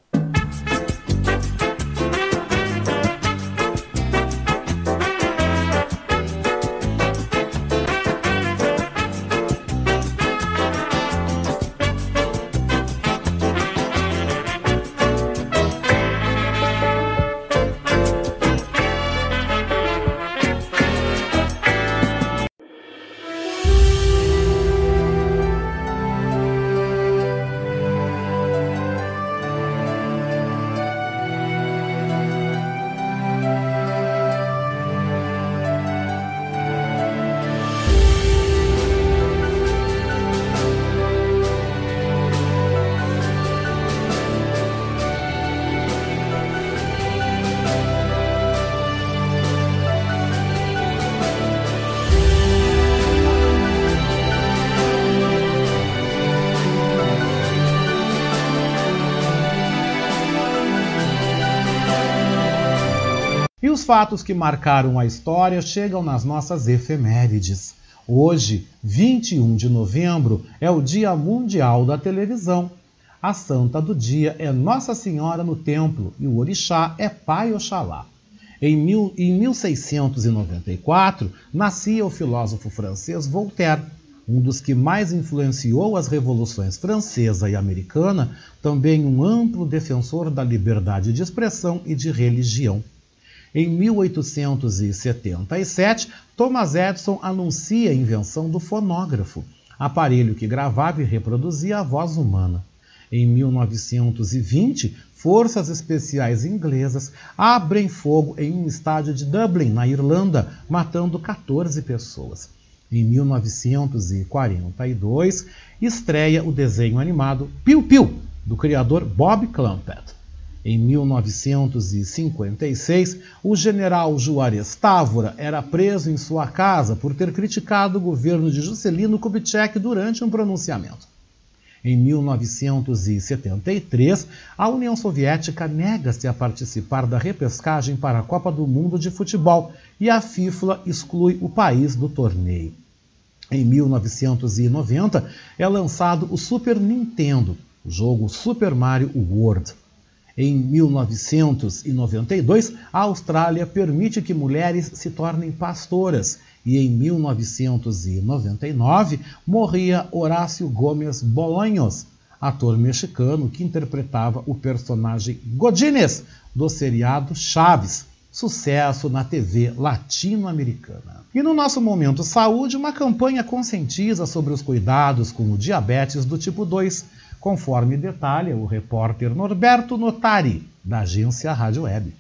E os fatos que marcaram a história chegam nas nossas efemérides. Hoje, vinte e um de novembro, é o Dia Mundial da Televisão. A santa do dia é Nossa Senhora no Templo e o orixá é Pai Oxalá. Em, mil, em mil seiscentos e noventa e quatro, nascia o filósofo francês Voltaire, um dos que mais influenciou as revoluções francesa e americana, também um amplo defensor da liberdade de expressão e de religião. Em mil oitocentos e setenta e sete, Thomas Edison anuncia a invenção do fonógrafo, aparelho que gravava e reproduzia a voz humana. Em mil novecentos e vinte, forças especiais inglesas abrem fogo em um estádio de Dublin, na Irlanda, matando quatorze pessoas. Em mil novecentos e quarenta e dois, estreia o desenho animado Piu Piu, do criador Bob Clampett. Em mil novecentos e cinquenta e seis, o general Juarez Távora era preso em sua casa por ter criticado o governo de Juscelino Kubitschek durante um pronunciamento. Em mil novecentos e setenta e três, a União Soviética nega-se a participar da repescagem para a Copa do Mundo de Futebol e a FIFA exclui o país do torneio. Em mil novecentos e noventa, é lançado o Super Nintendo, o jogo Super Mario World. Em mil novecentos e noventa e dois, a Austrália permite que mulheres se tornem pastoras. E em mil novecentos e noventa e nove, morria Horácio Gómez Bolaños, ator mexicano que interpretava o personagem Godínez do seriado Chaves, sucesso na T V latino-americana. E no nosso Momento Saúde, uma campanha conscientiza sobre os cuidados com o diabetes do tipo dois, conforme detalha o repórter Norberto Notari, da agência Rádio Web.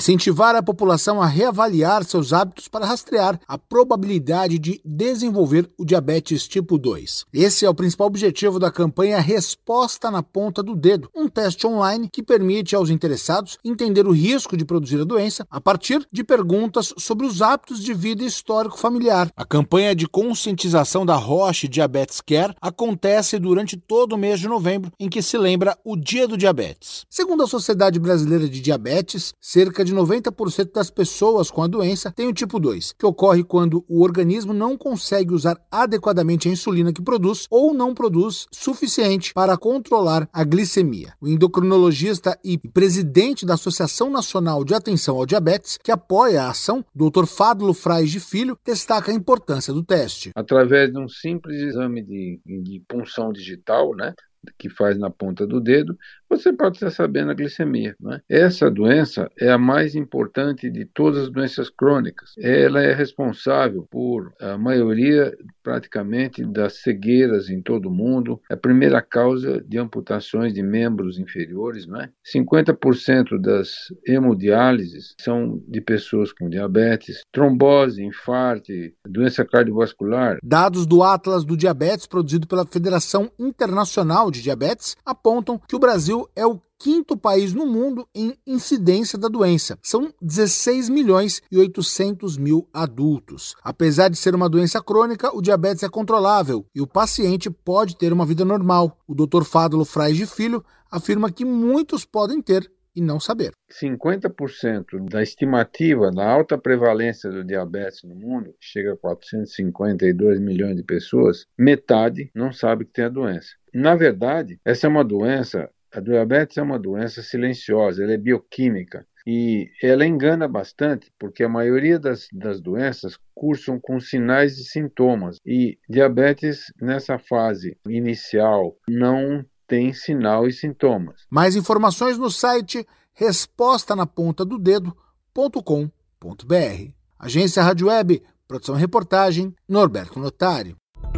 incentivar a população a reavaliar seus hábitos para rastrear a probabilidade de desenvolver o diabetes tipo dois. Esse é o principal objetivo da campanha Resposta na Ponta do Dedo, um teste online que permite aos interessados entender o risco de produzir a doença a partir de perguntas sobre os hábitos de vida e histórico familiar. A campanha de conscientização da Roche Diabetes Care acontece durante todo o mês de novembro, em que se lembra o Dia do Diabetes. Segundo a Sociedade Brasileira de Diabetes, cerca de noventa por cento das pessoas com a doença têm o tipo dois, que ocorre quando o organismo não consegue usar adequadamente a insulina que produz ou não produz suficiente para controlar a glicemia. O endocrinologista e presidente da Associação Nacional de Atenção ao Diabetes, que apoia a ação, doutor Fádulo Frais de Filho, destaca a importância do teste. Através de um simples exame de, de punção digital, né, que faz na ponta do dedo, você pode estar sabendo a glicemia, né? Essa doença é a mais importante de todas as doenças crônicas. Ela é responsável por a maioria, praticamente, das cegueiras em todo o mundo. É a primeira causa de amputações de membros inferiores, né? cinquenta por cento das hemodiálises são de pessoas com diabetes, trombose, infarto, doença cardiovascular. Dados do Atlas do Diabetes, produzido pela Federação Internacional de Diabetes, apontam que o Brasil é o quinto país no mundo em incidência da doença. São dezesseis milhões e oitocentos mil adultos. Apesar de ser uma doença crônica, o diabetes é controlável e o paciente pode ter uma vida normal. O doutor Fádulo Frais de Filho afirma que muitos podem ter e não saber. cinquenta por cento da estimativa da alta prevalência do diabetes no mundo, chega a quatrocentos e cinquenta e dois milhões de pessoas, metade não sabe que tem a doença. Na verdade, essa é uma doença, a diabetes é uma doença silenciosa, ela é bioquímica. E ela engana bastante, porque a maioria das, das doenças cursam com sinais e sintomas. E diabetes, nessa fase inicial, não tem sinal e sintomas. Mais informações no site resposta na ponta do dedo ponto com ponto br. Agência Rádio Web, produção e reportagem, Norberto Notário.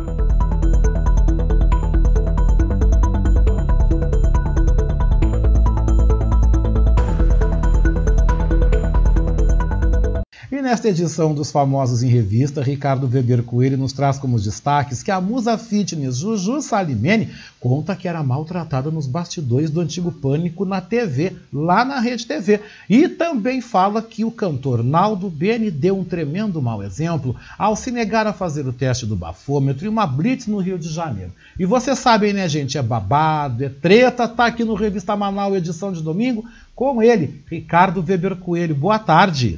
E nesta edição dos Famosos em Revista, Ricardo Weber Coelho nos traz como destaques que a musa fitness Juju Salimene conta que era maltratada nos bastidores do antigo Pânico na T V, lá na Rede T V. E também fala que o cantor Naldo Bene deu um tremendo mau exemplo ao se negar a fazer o teste do bafômetro e uma blitz no Rio de Janeiro. E vocês sabem, né, gente? É babado, é treta, tá aqui no Revista Manaus, edição de domingo, com ele, Ricardo Weber Coelho. Boa tarde.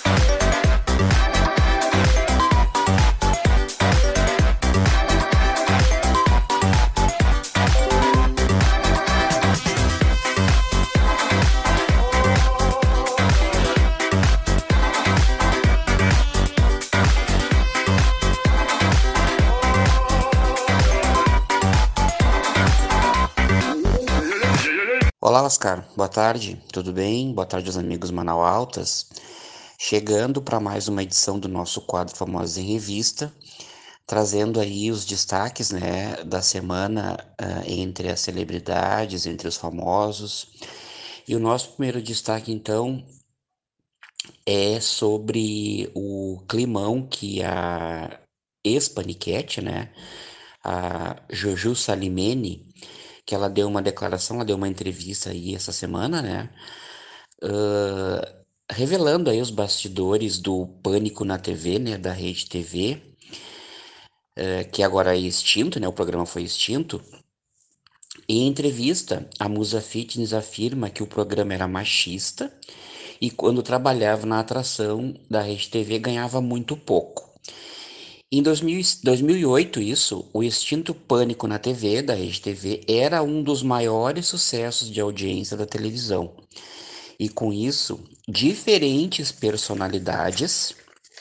Olá, Oscar. Boa tarde. Tudo bem? Boa tarde aos amigos Manaus Altas. Chegando para mais uma edição do nosso quadro Famosos em Revista, trazendo aí os destaques, né, da semana uh, entre as celebridades, entre os famosos. E o nosso primeiro destaque, então, é sobre o climão que a ex-paniquete, né, a Juju Salimene, que ela deu uma declaração, ela deu uma entrevista aí essa semana, né, uh, revelando aí os bastidores do Pânico na T V, né, da Rede T V, uh, que agora é extinto, né, o programa foi extinto. E em entrevista, a musa fitness afirma que o programa era machista e quando trabalhava na atração da Rede T V ganhava muito pouco. Em dois mil, dois mil e oito, isso, o extinto Pânico na T V, da Rede T V, era um dos maiores sucessos de audiência da televisão. E com isso, diferentes personalidades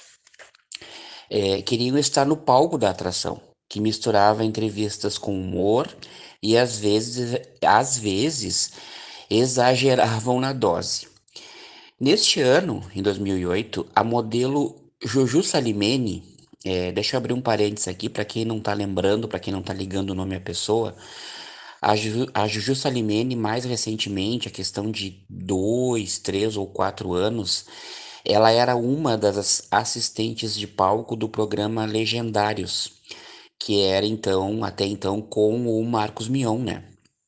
é, queriam estar no palco da atração, que misturava entrevistas com humor e às vezes, às vezes exageravam na dose. Neste ano, em dois mil e oito, a modelo Juju Salimene, É, deixa eu abrir um parênteses aqui para quem não está lembrando, para quem não está ligando o nome à pessoa. A, Ju, a Juju Salimene, mais recentemente, a questão de dois, três ou quatro anos, ela era uma das assistentes de palco do programa Legendários, que era então, até então, com o Marcos Mion, né?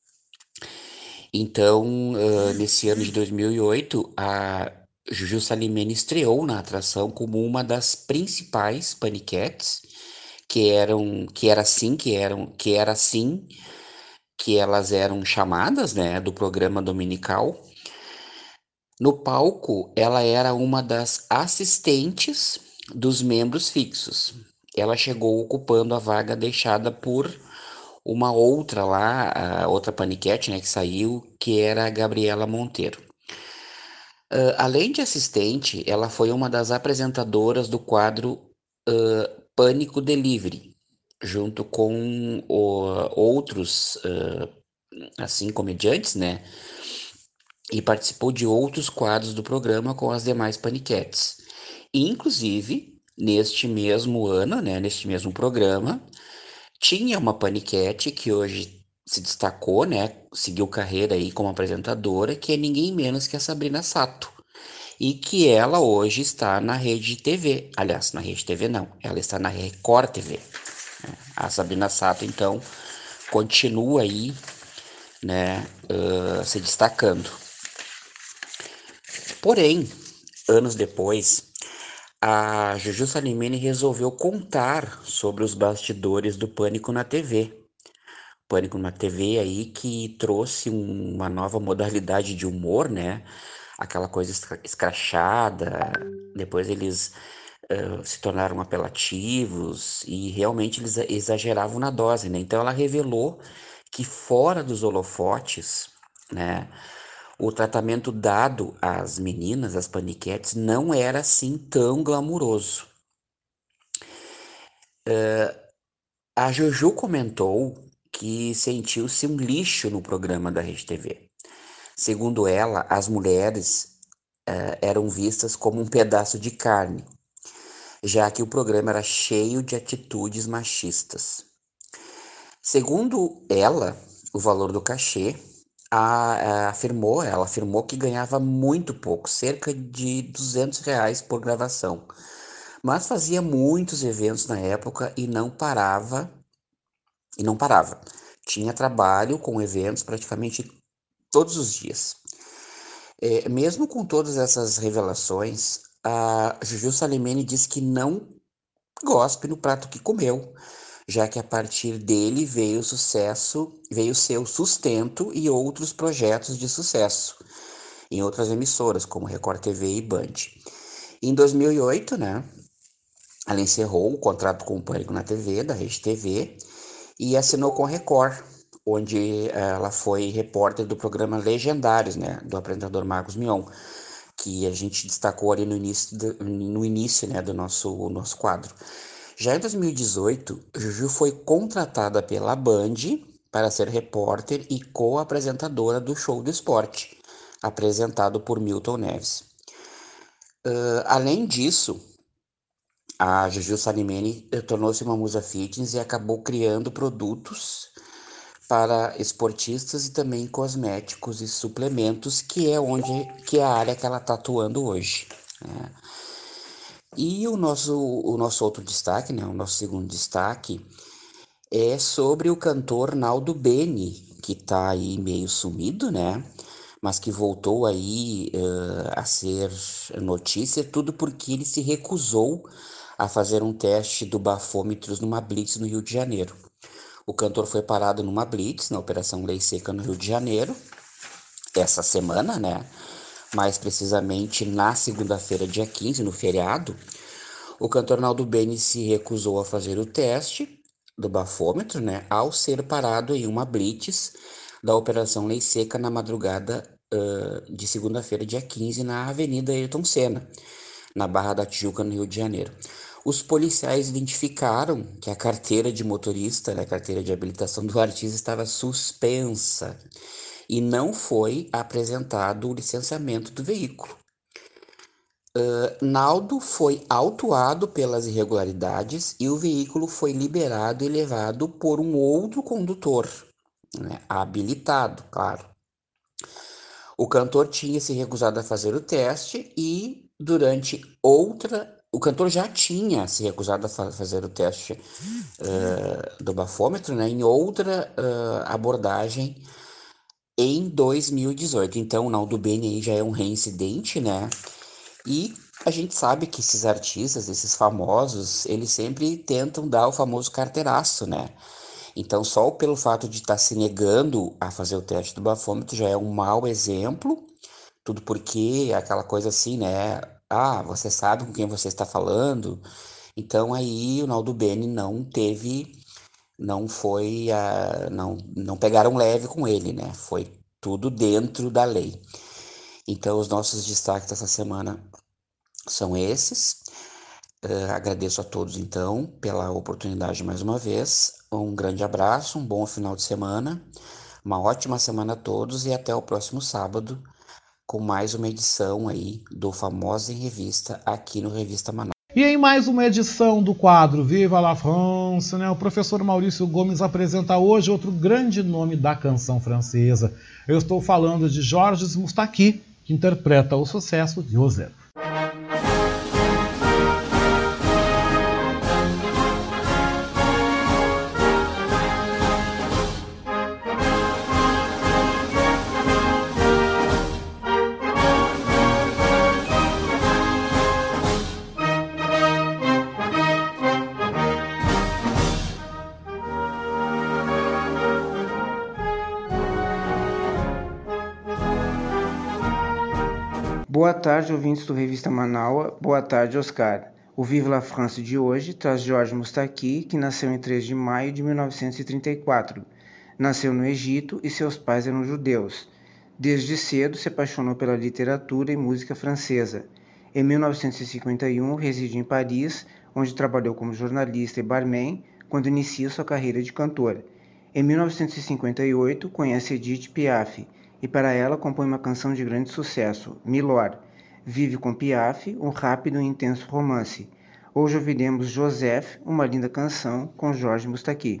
Então, uh, nesse ano de dois mil e oito, a Juju Salimene estreou na atração como uma das principais paniquetes, que eram, que era assim, que eram, que era assim, que elas eram chamadas, né, do programa dominical. No palco, ela era uma das assistentes dos membros fixos. Ela chegou ocupando a vaga deixada por uma outra lá, a outra paniquete, né, que saiu, que era a Gabriela Monteiro. Uh, além de assistente, ela foi uma das apresentadoras do quadro uh, Pânico Delivery, junto com o, outros, uh, assim, comediantes, né? E participou de outros quadros do programa com as demais paniquetes. Inclusive, neste mesmo ano, né, neste mesmo programa, tinha uma paniquete que hoje se destacou, né, seguiu carreira aí como apresentadora, que é ninguém menos que a Sabrina Sato. E que ela hoje está na Rede T V. Aliás, na Rede T V não, ela está na Record T V. A Sabrina Sato, então, continua aí, né, uh, se destacando. Porém, anos depois, a Juju Salimene resolveu contar sobre os bastidores do Pânico na T V. Pânico na T V aí que trouxe um, uma nova modalidade de humor, né? Aquela coisa escrachada. Depois eles uh, se tornaram apelativos e realmente eles exageravam na dose, né? Então ela revelou que fora dos holofotes, né, o tratamento dado às meninas, às paniquetes, não era assim tão glamuroso. Uh, a Juju comentou que sentiu-se um lixo no programa da Rede T V. Segundo ela, as mulheres uh, eram vistas como um pedaço de carne, já que o programa era cheio de atitudes machistas. Segundo ela, o valor do cachê, a, a, afirmou, ela afirmou que ganhava muito pouco, cerca de duzentos reais por gravação, mas fazia muitos eventos na época e não parava, e não parava. Tinha trabalho com eventos praticamente todos os dias. É, mesmo com todas essas revelações, a Juju Salimene diz que não gospe no prato que comeu, já que a partir dele veio o sucesso, veio seu sustento e outros projetos de sucesso em outras emissoras, como Record T V e Band. Em dois mil e oito, né, ela encerrou o contrato com o Pânico na T V, da Rede T V, e assinou com a Record, onde ela foi repórter do programa Legendários, né, do apresentador Marcos Mion, que a gente destacou ali no início, do, no início, né, do nosso, nosso quadro. Já em dois mil e dezoito, Juju foi contratada pela Band para ser repórter e co-apresentadora do Show do Esporte, apresentado por Milton Neves. Uh, além disso, a Juju Salimene tornou-se uma musa fitness e acabou criando produtos para esportistas e também cosméticos e suplementos, que é onde que é a área que ela está atuando hoje, né? E o nosso, o nosso outro destaque, né, o nosso segundo destaque, é sobre o cantor Naldo Beni, que está aí meio sumido, né, mas que voltou aí uh, a ser notícia, tudo porque ele se recusou a fazer um teste do bafômetros numa blitz no Rio de Janeiro. O cantor foi parado numa blitz, na Operação Lei Seca no Rio de Janeiro, essa semana, né, mais precisamente na segunda-feira, dia quinze, no feriado. O cantor Naldo Beni se recusou a fazer o teste do bafômetro, né, ao ser parado em uma blitz da Operação Lei Seca na madrugada uh, de segunda-feira, dia quinze, na Avenida Ayrton Senna, na Barra da Tijuca, no Rio de Janeiro. Os policiais identificaram que a carteira de motorista, né, a carteira de habilitação do artista estava suspensa e não foi apresentado o licenciamento do veículo. Uh, Naldo foi autuado pelas irregularidades e o veículo foi liberado e levado por um outro condutor, né, habilitado, claro. O cantor tinha se recusado a fazer o teste e durante outra... O cantor já tinha se recusado a fa fazer o teste uh, do bafômetro, né, em outra uh, abordagem em dois mil e dezoito. Então, o Naldo Bene aí já é um reincidente, né? E a gente sabe que esses artistas, esses famosos, eles sempre tentam dar o famoso carteiraço, né? Então, só pelo fato de estar se negando a fazer o teste do bafômetro já é um mau exemplo. Tudo porque aquela coisa assim, né? Ah, você sabe com quem você está falando. Então, aí o Naldo Bene não teve, não foi, uh, não, não pegaram leve com ele, né? Foi tudo dentro da lei. Então, os nossos destaques dessa semana são esses. Uh, agradeço a todos, então, pela oportunidade mais uma vez. Um grande abraço, um bom final de semana, uma ótima semana a todos e até o próximo sábado com mais uma edição aí do Famosos em Revista aqui no Revista Manaus. E em mais uma edição do quadro Viva la France, né, o professor Maurício Gomes apresenta hoje outro grande nome da canção francesa. Eu estou falando de Georges Moustaki, que interpreta o sucesso de Joseph. Boa tarde, ouvintes do Revista Manaua. Boa tarde, Oscar. O Vive la France de hoje traz Georges Moustaki, que nasceu em três de maio de mil novecentos e trinta e quatro. Nasceu no Egito e seus pais eram judeus. Desde cedo se apaixonou pela literatura e música francesa. Em mil novecentos e cinquenta e um, reside em Paris, onde trabalhou como jornalista e barman, quando inicia sua carreira de cantor. Em mil novecentos e cinquenta e oito, conhece Edith Piaf, e para ela compõe uma canção de grande sucesso, Milord. Vive com Piaf um rápido e intenso romance. Hoje ouviremos Joseph, uma linda canção com Georges Moustaki.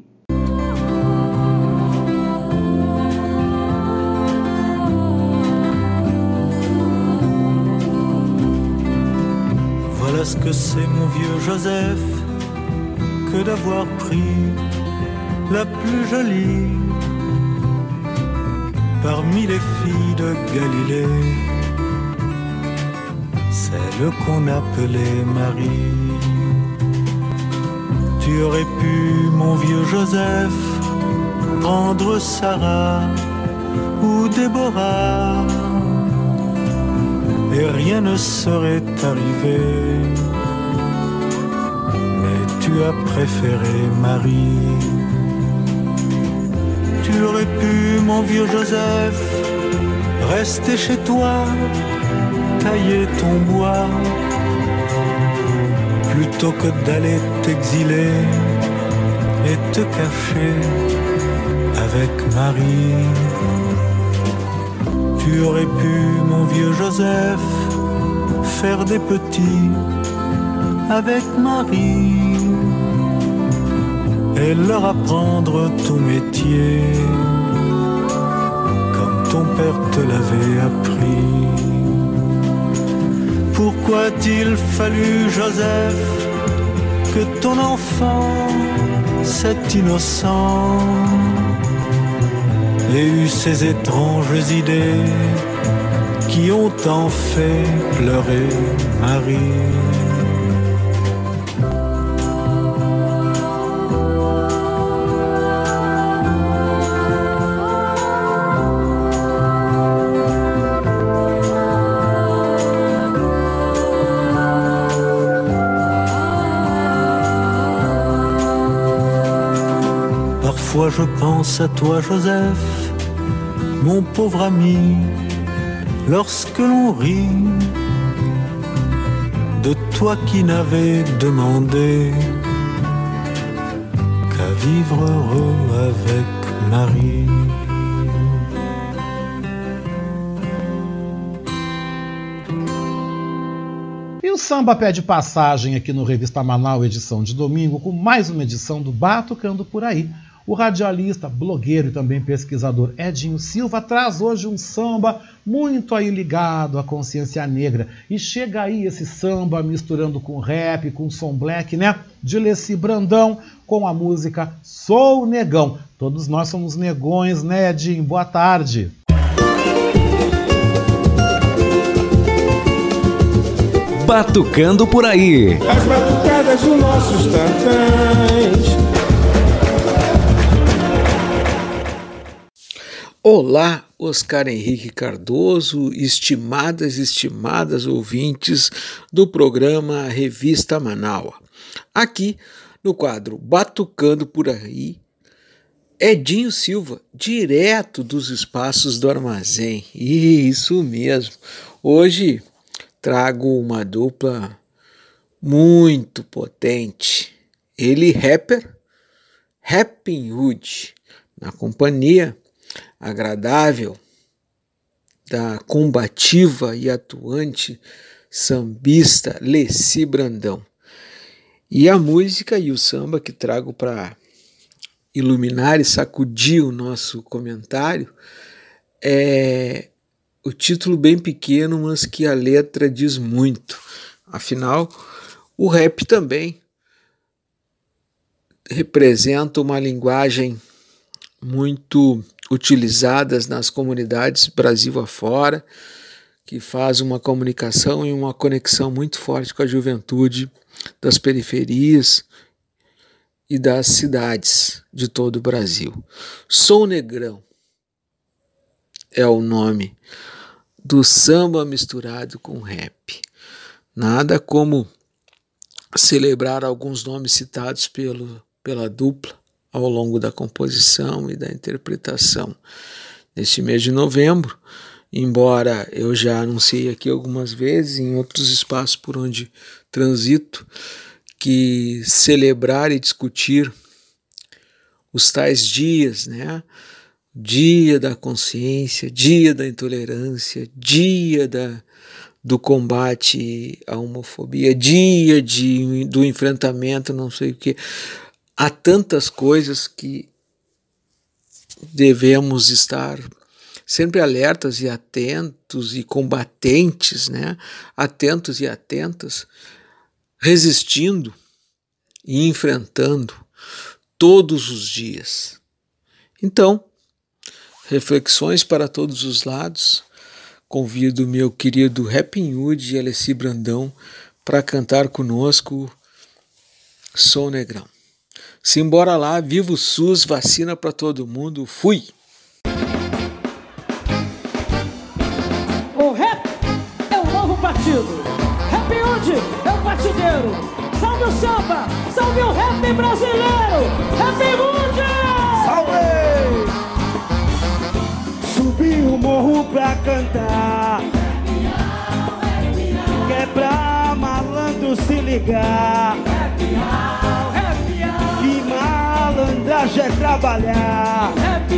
Voilà ce que c'est, mon vieux Joseph, que d'avoir pris la plus jolie parmi les filles de Galilée, celle qu'on appelait Marie. Tu aurais pu, mon vieux Joseph, prendre Sarah ou Déborah, et rien ne serait arrivé. Mais tu as préféré Marie. Tu aurais pu, mon vieux Joseph, rester chez toi, tailler ton bois, plutôt que d'aller t'exiler et te cacher avec Marie. Tu aurais pu, mon vieux Joseph, faire des petits avec Marie et leur apprendre ton métier, comme ton père te l'avait appris. Pourquoi a-t-il fallu, Joseph, que ton enfant, cet innocent, ait eu ces étranges idées qui ont tant fait pleurer Marie? Parfois je pense à toi, Joseph, mon pauvre ami, lorsque l'on rit de toi qui n'avais demandé qu'à vivre heureux avec Marie. E o samba pede passagem aqui no Revista Manaus, edição de domingo, com mais uma edição do Batucando por Aí. O radialista, blogueiro e também pesquisador Edinho Silva traz hoje um samba muito aí ligado à consciência negra. E chega aí esse samba misturando com rap, com som black, né? De Leci Brandão com a música Sou Negão. Todos nós somos negões, né, Edinho? Boa tarde. Batucando por aí. As batucadas dos nossos tantãs. Olá, Oscar Henrique Cardoso, estimadas e estimadas ouvintes do programa Revista Manaua. Aqui no quadro Batucando por aí, Edinho Silva, direto dos espaços do armazém. Isso mesmo. Hoje trago uma dupla muito potente. Ele, rapper, Rapping Hood, na companhia agradável da combativa e atuante sambista Leci Brandão. E a música e o samba que trago para iluminar e sacudir o nosso comentário é o título bem pequeno, mas que a letra diz muito. Afinal, o rap também representa uma linguagem muito utilizada nas comunidades Brasil afora, que faz uma comunicação e uma conexão muito forte com a juventude das periferias e das cidades de todo o Brasil. Sou Negrão é o nome do samba misturado com rap. Nada como celebrar alguns nomes citados pelo, pela dupla ao longo da composição e da interpretação. Neste mês de novembro, embora eu já anunciei aqui algumas vezes em outros espaços por onde transito, que celebrar e discutir os tais dias, né? Dia da consciência, dia da intolerância, dia da, do combate à homofobia, dia de, do enfrentamento, não sei o que. Há tantas coisas que devemos estar sempre alertas e atentos e combatentes, né? Atentos e atentas, resistindo e enfrentando todos os dias. Então, reflexões para todos os lados. Convido meu querido Rapping Hood e Leci Brandão para cantar conosco Sou Negrão. Simbora lá, viva o SUS, vacina para todo mundo, fui! O rap é um novo partido, Rapping Hood é o partideiro, salve o samba, salve o rap brasileiro, Rapping Hood! Salve! Subi o morro pra cantar, que é pra malandro se ligar. Que malandragem é trabalhar,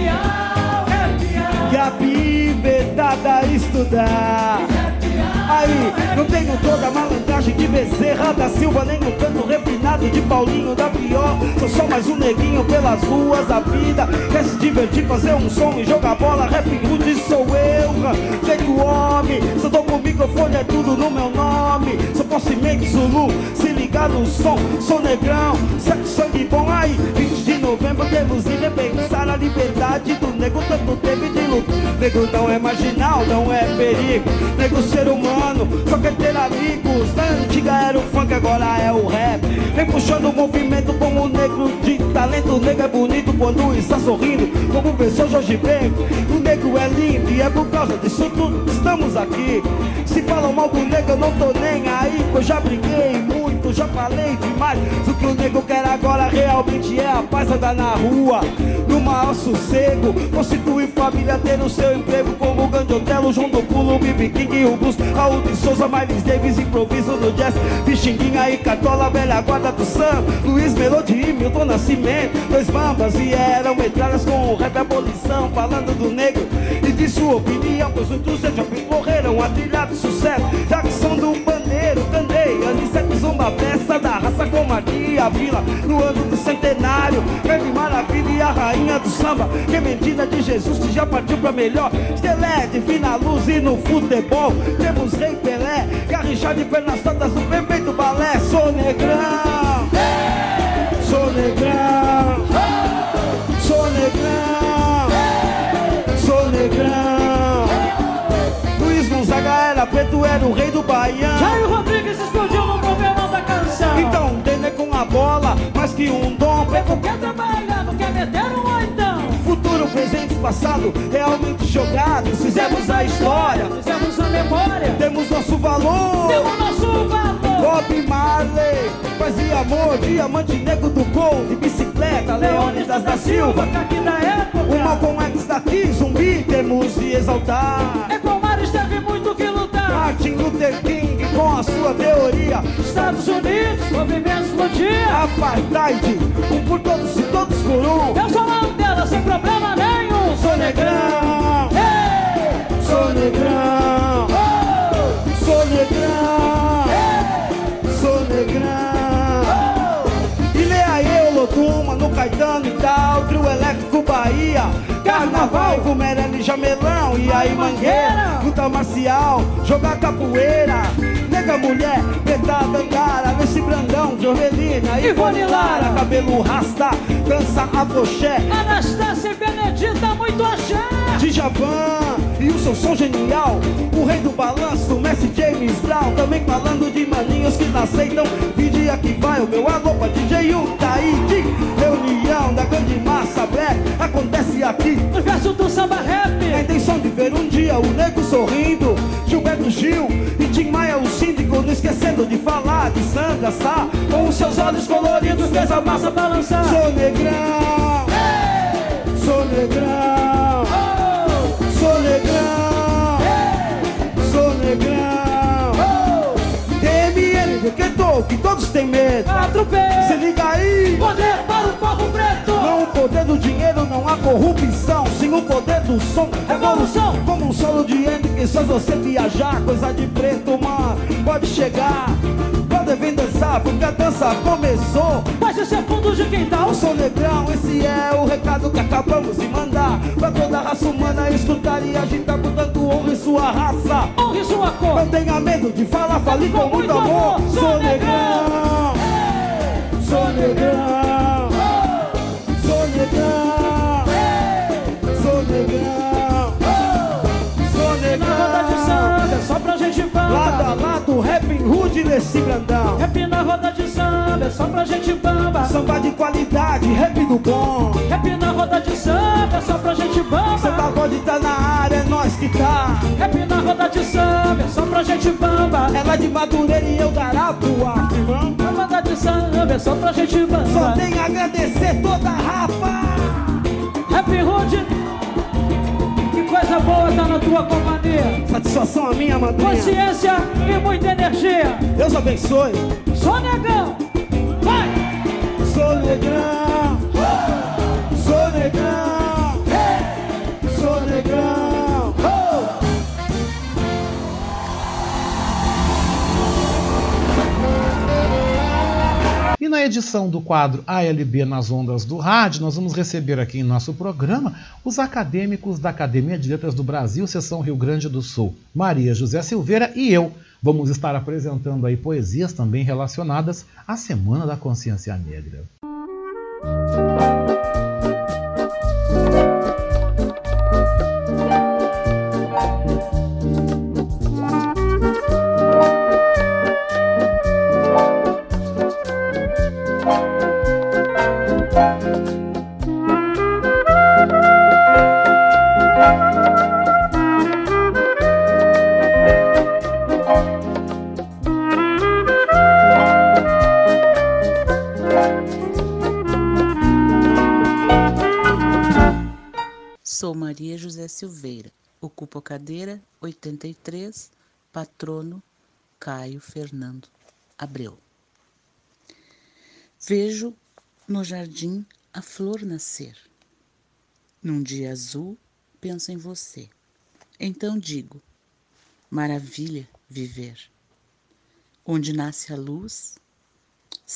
que a pivetada estudar. Aí, não tenho toda a malandragem de Bezerra da Silva, nem no canto refinado de Paulinho da Prior. Sou só mais um neguinho pelas ruas da vida, quer se divertir, fazer um som e jogar bola. Rapping Hood sou eu, feito homem. Se eu tô com o microfone é tudo no meu nome. Sou Possimento Zulu, se ligar no som. Sou negrão, sexo, sangue bom. Aí, vinte de novembro temos ir repensar a liberdade do negro, tanto teve de luta. Negro não é marginal, não é perigo. Negro ser humano, só quer ter amigos. Na antiga era o funk, agora é o rap. Vem puxando o movimento como o negro de talento. O negro é bonito quando está sorrindo, como o professor Jorge Branco. O negro é lindo e é por causa disso tudo estamos aqui. Se falam mal do negro eu não tô nem aí, eu já briguei muito, já falei demais. O que o negro quer agora realmente é a paz, andar na rua no maior sossego, constituir família, ter o seu emprego, como o Grande Otelo, João do Pulo, B B King e o Blues, Raul de Souza, Miles Davis, improviso no jazz, Pixinguinha e Cartola, velha guarda do samba, Luiz Melodia e Milton Nascimento. Dois bambas vieram metralhas com o rap abolição, falando do negro e de sua opinião, pois muitos já morreram a trilhar de sucesso. Jackson do Bandeiro, Candeia, Anissetos, o samba peça da raça com Maria Vila. No ano do centenário, grande maravilha e a rainha do samba. Que mentira de Jesus que já partiu pra melhor. Estelé, divina luz e no futebol temos Rei Pelé, Garrinchar de pernas soltas no perfeito balé. Sou negrão, sou negrão, sou negrão, sou negrão. Luiz Gonzaga era preto, era o rei do Baião. Jair Rodrigues explodiu no problema da canção. Então, Denner com a bola, mais que um dom. Preto quer trabalhar, não quer meter um oitão. Futuro, presente e passado, realmente jogados. Fizemos a história, fizemos a memória. Temos nosso valor, temos nosso valor. Bob Marley, paz e amor, diamante negro do gol, de bicicleta, Leônidas da Silva, aqui da época. O Malcolm X daqui, zumbi, temos de exaltar. Ecomares teve muito que lutar. Martin Luther King com a sua teoria. Estados Unidos, movimentos no dia. Apartheid, um por todos e todos por um. Eu sou Mandela sem problema nenhum. Sou negrão, hey! Sou negrão, oh! Sou negrão, hey! Sou negrão, oh! E leia eu, Lotuma, no Caetano e tal, Trio Elétrico Bahia, Carnaval, Vumerelli, Jamelão, e aí Mangueira, luta marcial, jogar capoeira, nega mulher, petada andara, nesse brandão, Jorvelina, Ivone Lara, cabelo rasta, dança afoxé, Anastácia e Benedita, muito axé, Djavan, e o seu som genial, o rei do balanço, Messi, James Brown, também falando de maninhos que não aceitam, vídeo aqui vai o meu alô pra D J Utaíde, reunião da grande massa black, acontece aqui, no verso do samba rap, a intenção de ver um dia o nego sorrindo, Gilberto Gil e Tim Maia, o síndico, não esquecendo de falar de Sandra Sá, com os seus olhos coloridos fez a massa balançar. Sou negrão, hey! Sou negrão, oh! Sou negrão, hey! Sou negrão, oh! T M N decretou que todos têm medo. Atropelo, se liga aí, poder para o povo preto. Não o poder do dinheiro, não há corrupção, sim o poder do som. Revolução, como um solo de Hendrix, só você viajar, coisa de preto, mano, pode chegar. Pode vir dançar, porque a dança começou. Mas esse é fundo de quintal. Eu sou negrão, esse é o recado que acabamos de mandar pra toda a raça humana escutar e agitar, portanto honre sua raça, honre sua cor. Não tenha medo de falar, fale com, com muito amor. amor. Sou negrão, hey! Sou negrão, oh! Sou negrão, hey! Sou negrão, oh! Sou negrão. Na roda de samba, só pra gente bamba. Lado a lado, rap rude nesse grandão. Rap na roda de samba, só pra gente bamba. Samba de qualidade, rap do bom. Rap na roda de samba, só pra gente bamba. Samba pode tá na área, é nós que tá. Rap na roda de samba, só pra gente bamba. Ela de Madureira e eu da Arapuá, irmão. Na roda de samba, só pra gente bamba. Só tem a agradecer toda a rapa. Rap rude, que coisa boa tá na tua companhia. Satisfação a minha, madrinha. Consciência e muita energia. Deus abençoe. Sou negão, vai! Sou negrão, oh! Sou negrão, hey! Sou negrão, oh! E na edição do quadro A L B nas Ondas do Rádio, nós vamos receber aqui em nosso programa os acadêmicos da Academia de Letras do Brasil, seção Rio Grande do Sul, Maria José Silveira e eu. Vamos estar apresentando aí poesias também relacionadas à Semana da Consciência Negra. Sou Maria José Silveira, ocupo a cadeira oitenta e três, patrono Caio Fernando Abreu. Vejo no jardim a flor nascer. Num dia azul, penso em você. Então digo, maravilha viver. Onde nasce a luz,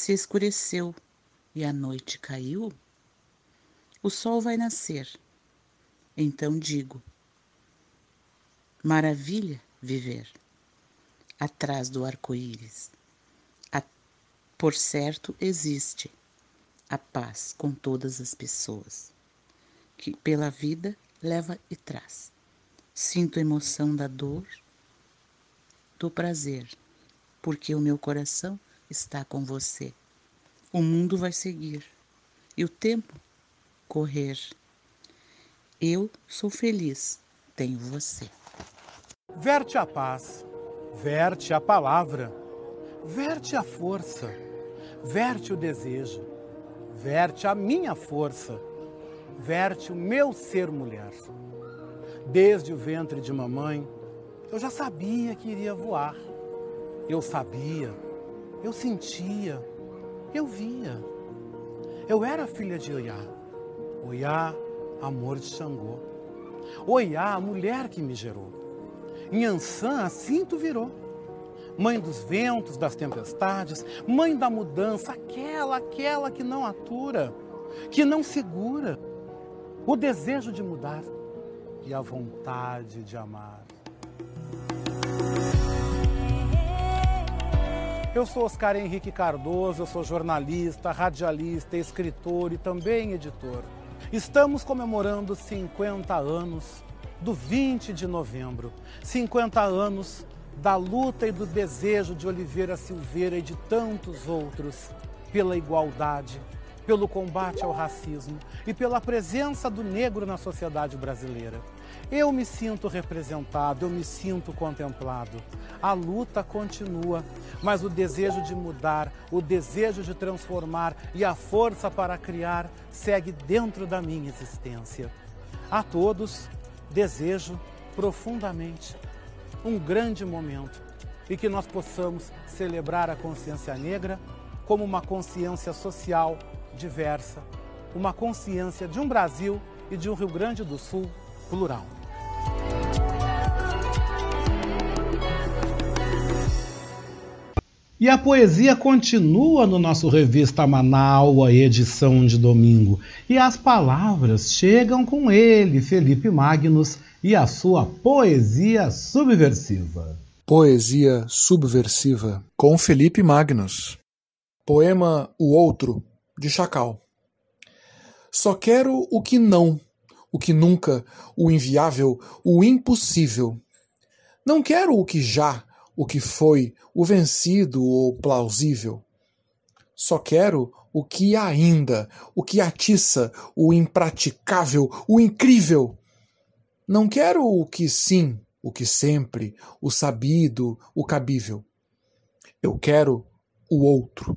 se escureceu e a noite caiu, o sol vai nascer. Então digo, maravilha viver atrás do arco-íris. Por certo existe a paz com todas as pessoas, que pela vida leva e traz. Sinto a emoção da dor, do prazer, porque o meu coração está com você. O mundo vai seguir e o tempo correr. Eu sou feliz, tenho você. Verte a paz, verte a palavra, verte a força, verte o desejo, verte a minha força, verte o meu ser mulher. Desde o ventre de mamãe, eu já sabia que iria voar. Eu sabia, eu sentia, eu via. Eu era filha de Oiá. Oiá, amor de Xangô. Oiá, a mulher que me gerou. Inhansã, assim tu virou. Mãe dos ventos, das tempestades, mãe da mudança, aquela, aquela que não atura, que não segura o desejo de mudar e a vontade de amar. Eu sou Oscar Henrique Cardoso, eu sou jornalista, radialista, escritor e também editor. Estamos comemorando cinquenta anos do vinte de novembro, cinquenta anos da luta e do desejo de Oliveira Silveira e de tantos outros pela igualdade, pelo combate ao racismo e pela presença do negro na sociedade brasileira. Eu me sinto representado, eu me sinto contemplado. A luta continua, mas o desejo de mudar, o desejo de transformar e a força para criar segue dentro da minha existência. A todos, desejo profundamente um grande momento e que nós possamos celebrar a consciência negra como uma consciência social diversa, uma consciência de um Brasil e de um Rio Grande do Sul plural. E a poesia continua no nosso Revista Manaua, edição de domingo. E as palavras chegam com ele, Felipe Magnus, e a sua poesia subversiva. Poesia subversiva com Felipe Magnus. Poema O Outro, de Chacal. Só quero o que não, o que nunca, o inviável, o impossível. Não quero o que já, o que foi, o vencido ou plausível. Só quero o que ainda, o que atiça, o impraticável, o incrível. Não quero o que sim, o que sempre, o sabido, o cabível. Eu quero o outro.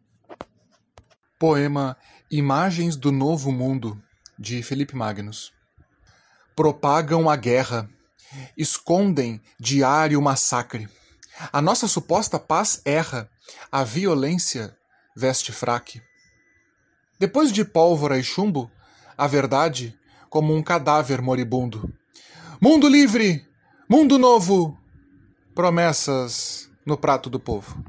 Poema Imagens do Novo Mundo, de Felipe Magnus. Propagam a guerra, escondem diário massacre. A nossa suposta paz erra, a violência veste fraque. Depois de pólvora e chumbo, a verdade como um cadáver moribundo. Mundo livre, mundo novo, promessas no prato do povo.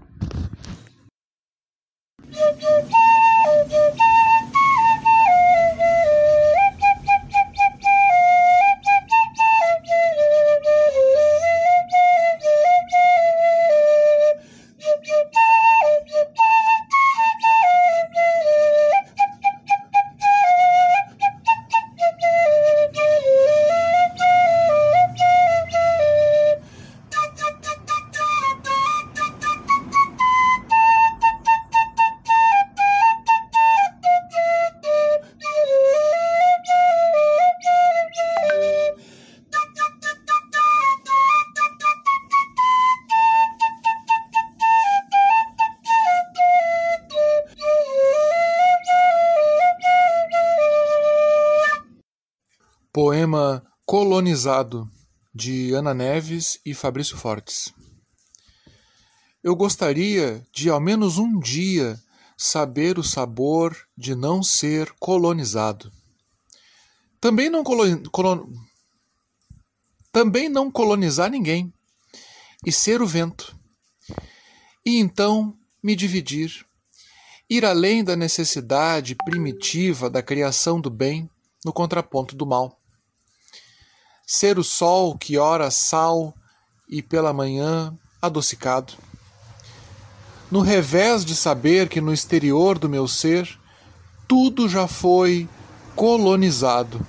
Poema Colonizado, de Ana Neves e Fabrício Fortes. Eu gostaria de, ao menos um dia, saber o sabor de não ser colonizado. Também não, colon... Colon... Também não colonizar ninguém, e ser o vento. E então me dividir, ir além da necessidade primitiva da criação do bem no contraponto do mal. Ser o sol que ora sal e pela manhã adocicado. No revés de saber que no exterior do meu ser tudo já foi colonizado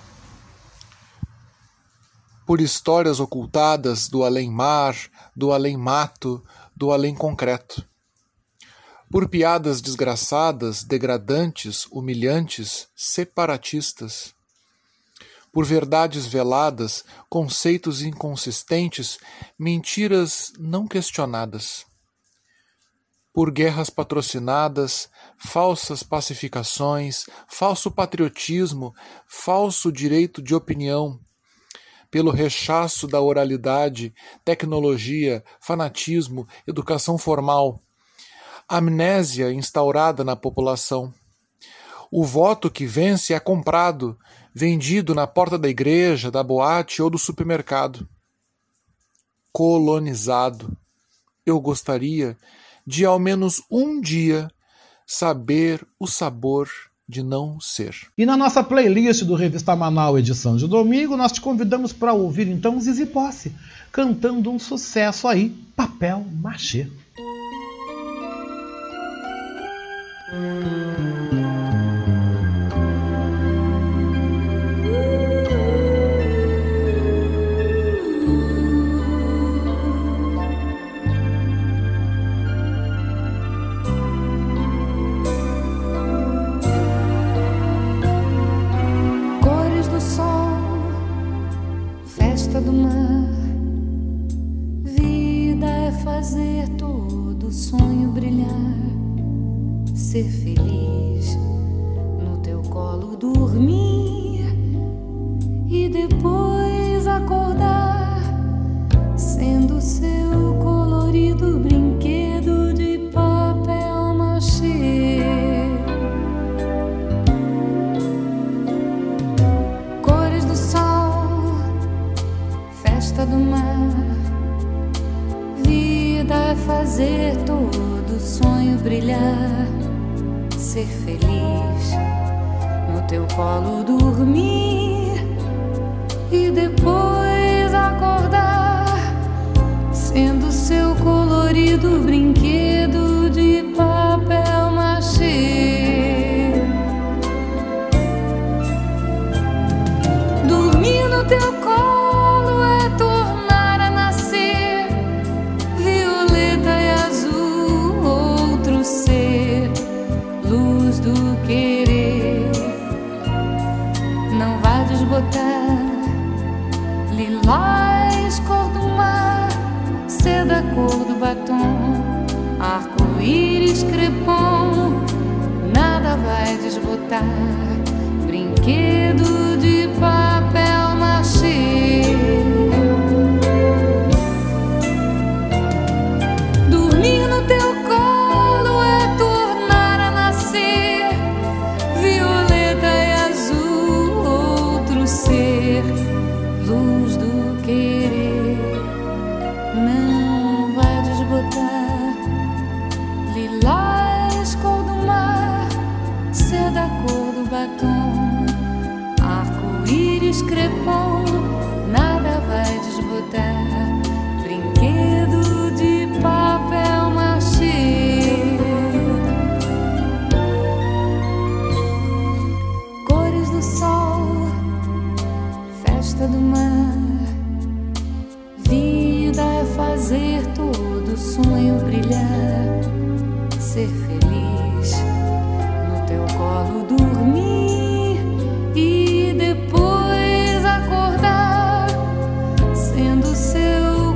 por histórias ocultadas do além-mar, do além-mato, do além-concreto. Por piadas desgraçadas, degradantes, humilhantes, separatistas. Por verdades veladas, conceitos inconsistentes, mentiras não questionadas. Por guerras patrocinadas, falsas pacificações, falso patriotismo, falso direito de opinião, pelo rechaço da oralidade, tecnologia, fanatismo, educação formal, amnésia instaurada na população. O voto que vence é comprado, vendido na porta da igreja, da boate ou do supermercado. Colonizado. Eu gostaria de ao menos um dia saber o sabor de não ser. E na nossa playlist do Revista Manaus, edição de domingo, nós te convidamos para ouvir então Zizi Posse, cantando um sucesso aí, Papel Machê. Do mar, vida é fazer todo sonho brilhar, ser feliz, no teu colo dormir e depois acordar, sendo seu colorido brinquedo de papel machê. Cores do sol, festa do mar, vida é fazer todo sonho brilhar, ser feliz, no teu colo dormir e depois acordar, sendo seu colorido brinquedo de papel machê. Dormir no teu colo é tornar a nascer, violeta e azul, outro ser, luz do querer. Não vai desbotar, lilás, cor do mar, seda, cor do batom, arco-íris, crepom, nada vai desbotar, brinquedo de papel machê. Dormir no teu colo é tornar a nascer, violeta e azul, outro ser, luz do querer. Não vai desbotar, lilás, cor do mar, seda, cor do batom, arco-íris, crepom, nada vai desbotar, brinquedo de papel machê. Cores do sol, festa do mar, vida é fazer todo sonho brilhar, ser feliz, no teu colo dormir e depois acordar, sendo seu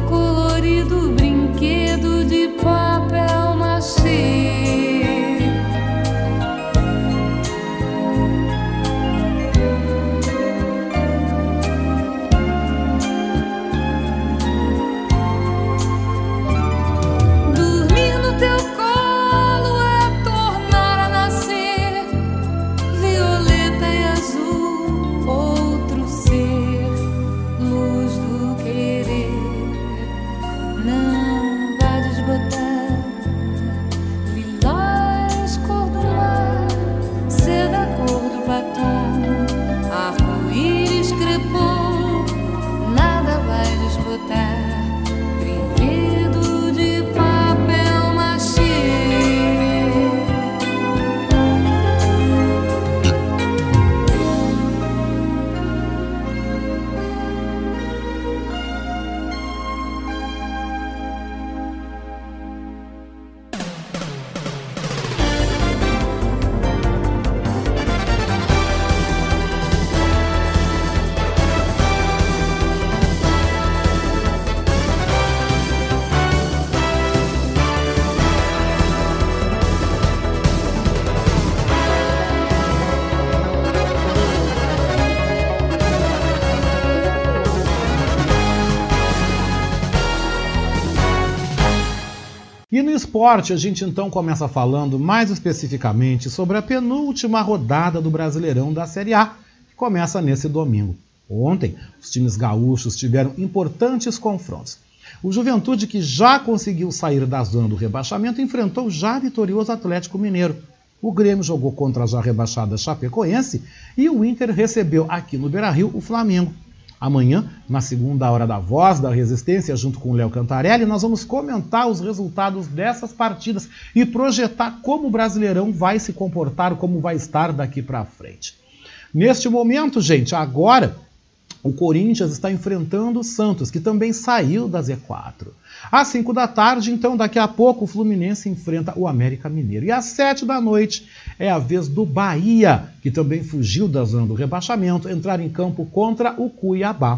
E no esporte, a gente então começa falando mais especificamente sobre a penúltima rodada do Brasileirão da Série A, que começa nesse domingo. Ontem, os times gaúchos tiveram importantes confrontos. O Juventude, que já conseguiu sair da zona do rebaixamento, enfrentou o já vitorioso Atlético Mineiro. O Grêmio jogou contra a já rebaixada Chapecoense e o Inter recebeu aqui no Beira-Rio o Flamengo. Amanhã, na segunda hora da Voz da Resistência, junto com o Léo Cantarelli, nós vamos comentar os resultados dessas partidas e projetar como o Brasileirão vai se comportar, como vai estar daqui para frente. Neste momento, gente, agora o Corinthians está enfrentando o Santos, que também saiu da Z quatro. Às cinco da tarde, então, daqui a pouco, o Fluminense enfrenta o América Mineiro. E às sete da noite é a vez do Bahia, que também fugiu da zona do rebaixamento, entrar em campo contra o Cuiabá.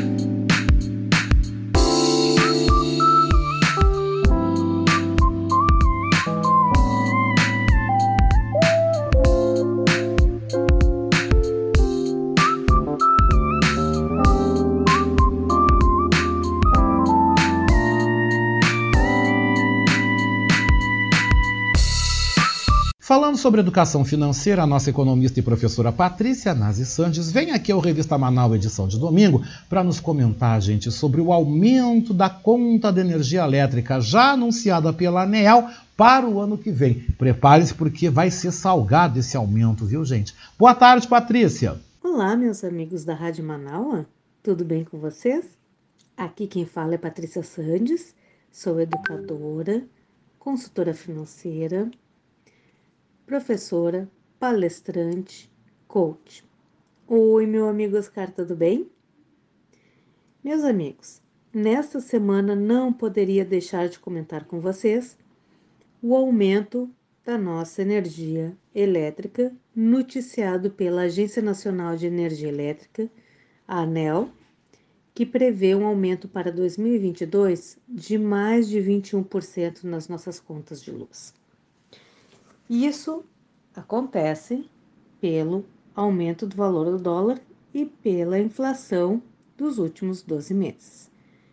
Falando sobre educação financeira, a nossa economista e professora Patrícia Nazi Sandes vem aqui ao Revista Manaus, edição de domingo, para nos comentar, gente, sobre o aumento da conta de energia elétrica já anunciada pela ANEEL para o ano que vem. Prepare-se porque vai ser salgado esse aumento, viu, gente? Boa tarde, Patrícia. Olá, meus amigos da Rádio Manaus, tudo bem com vocês? Aqui quem fala é Patrícia Sandes, sou educadora, consultora financeira, professora, palestrante, coach. Oi, meu amigo Oscar, tudo bem? Meus amigos, nesta semana não poderia deixar de comentar com vocês o aumento da nossa energia elétrica noticiado pela Agência Nacional de Energia Elétrica, a ANEEL, que prevê um aumento para dois mil e vinte e dois de mais de vinte e um por cento nas nossas contas de luz. Isso acontece pelo aumento do valor do dólar e pela inflação dos últimos doze meses.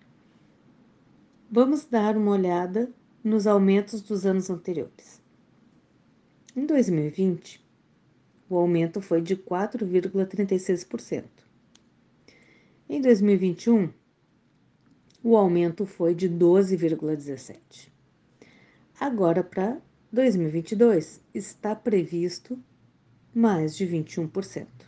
Vamos dar uma olhada nos aumentos dos anos anteriores. Em dois mil e vinte, o aumento foi de quatro vírgula trinta e seis por cento. Em dois mil e vinte e um, o aumento foi de doze vírgula dezessete por cento. Agora, para dois mil e vinte e dois, está previsto mais de vinte e um por cento.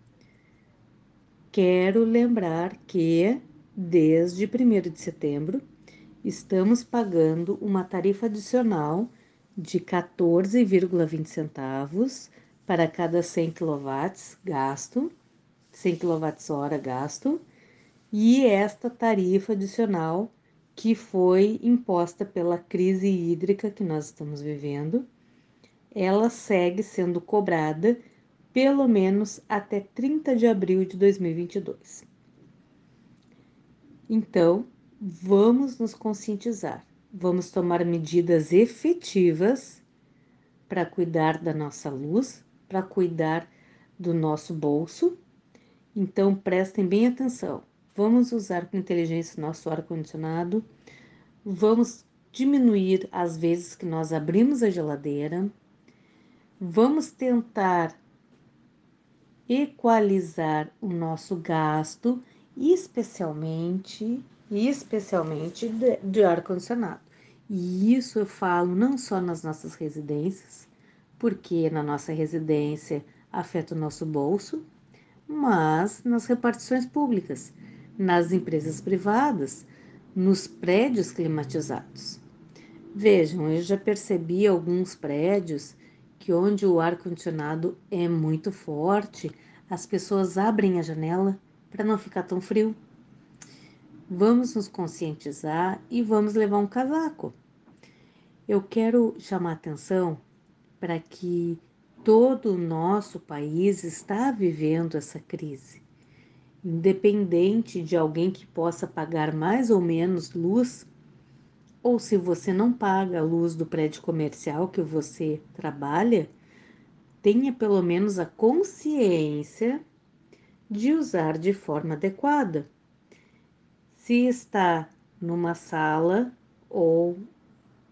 Quero lembrar que, desde primeiro de setembro, estamos pagando uma tarifa adicional de quatorze vírgula vinte centavos para cada cem quilowatts gasto, cem quilowatts-hora gasto, e esta tarifa adicional que foi imposta pela crise hídrica que nós estamos vivendo, ela segue sendo cobrada pelo menos até trinta de abril de dois mil e vinte e dois. Então, vamos nos conscientizar, vamos tomar medidas efetivas para cuidar da nossa luz, para cuidar do nosso bolso. Então, prestem bem atenção. Vamos usar com inteligência o nosso ar-condicionado, vamos diminuir as vezes que nós abrimos a geladeira, vamos tentar equalizar o nosso gasto, especialmente, especialmente de, de ar-condicionado. E isso eu falo não só nas nossas residências, porque na nossa residência afeta o nosso bolso, mas nas repartições públicas, nas empresas privadas, nos prédios climatizados. Vejam, eu já percebi alguns prédios que onde o ar-condicionado é muito forte, as pessoas abrem a janela para não ficar tão frio. Vamos nos conscientizar e vamos levar um casaco. Eu quero chamar atenção para que todo o nosso país está vivendo essa crise. Independente de alguém que possa pagar mais ou menos luz, ou se você não paga a luz do prédio comercial que você trabalha, tenha pelo menos a consciência de usar de forma adequada. Se está numa sala ou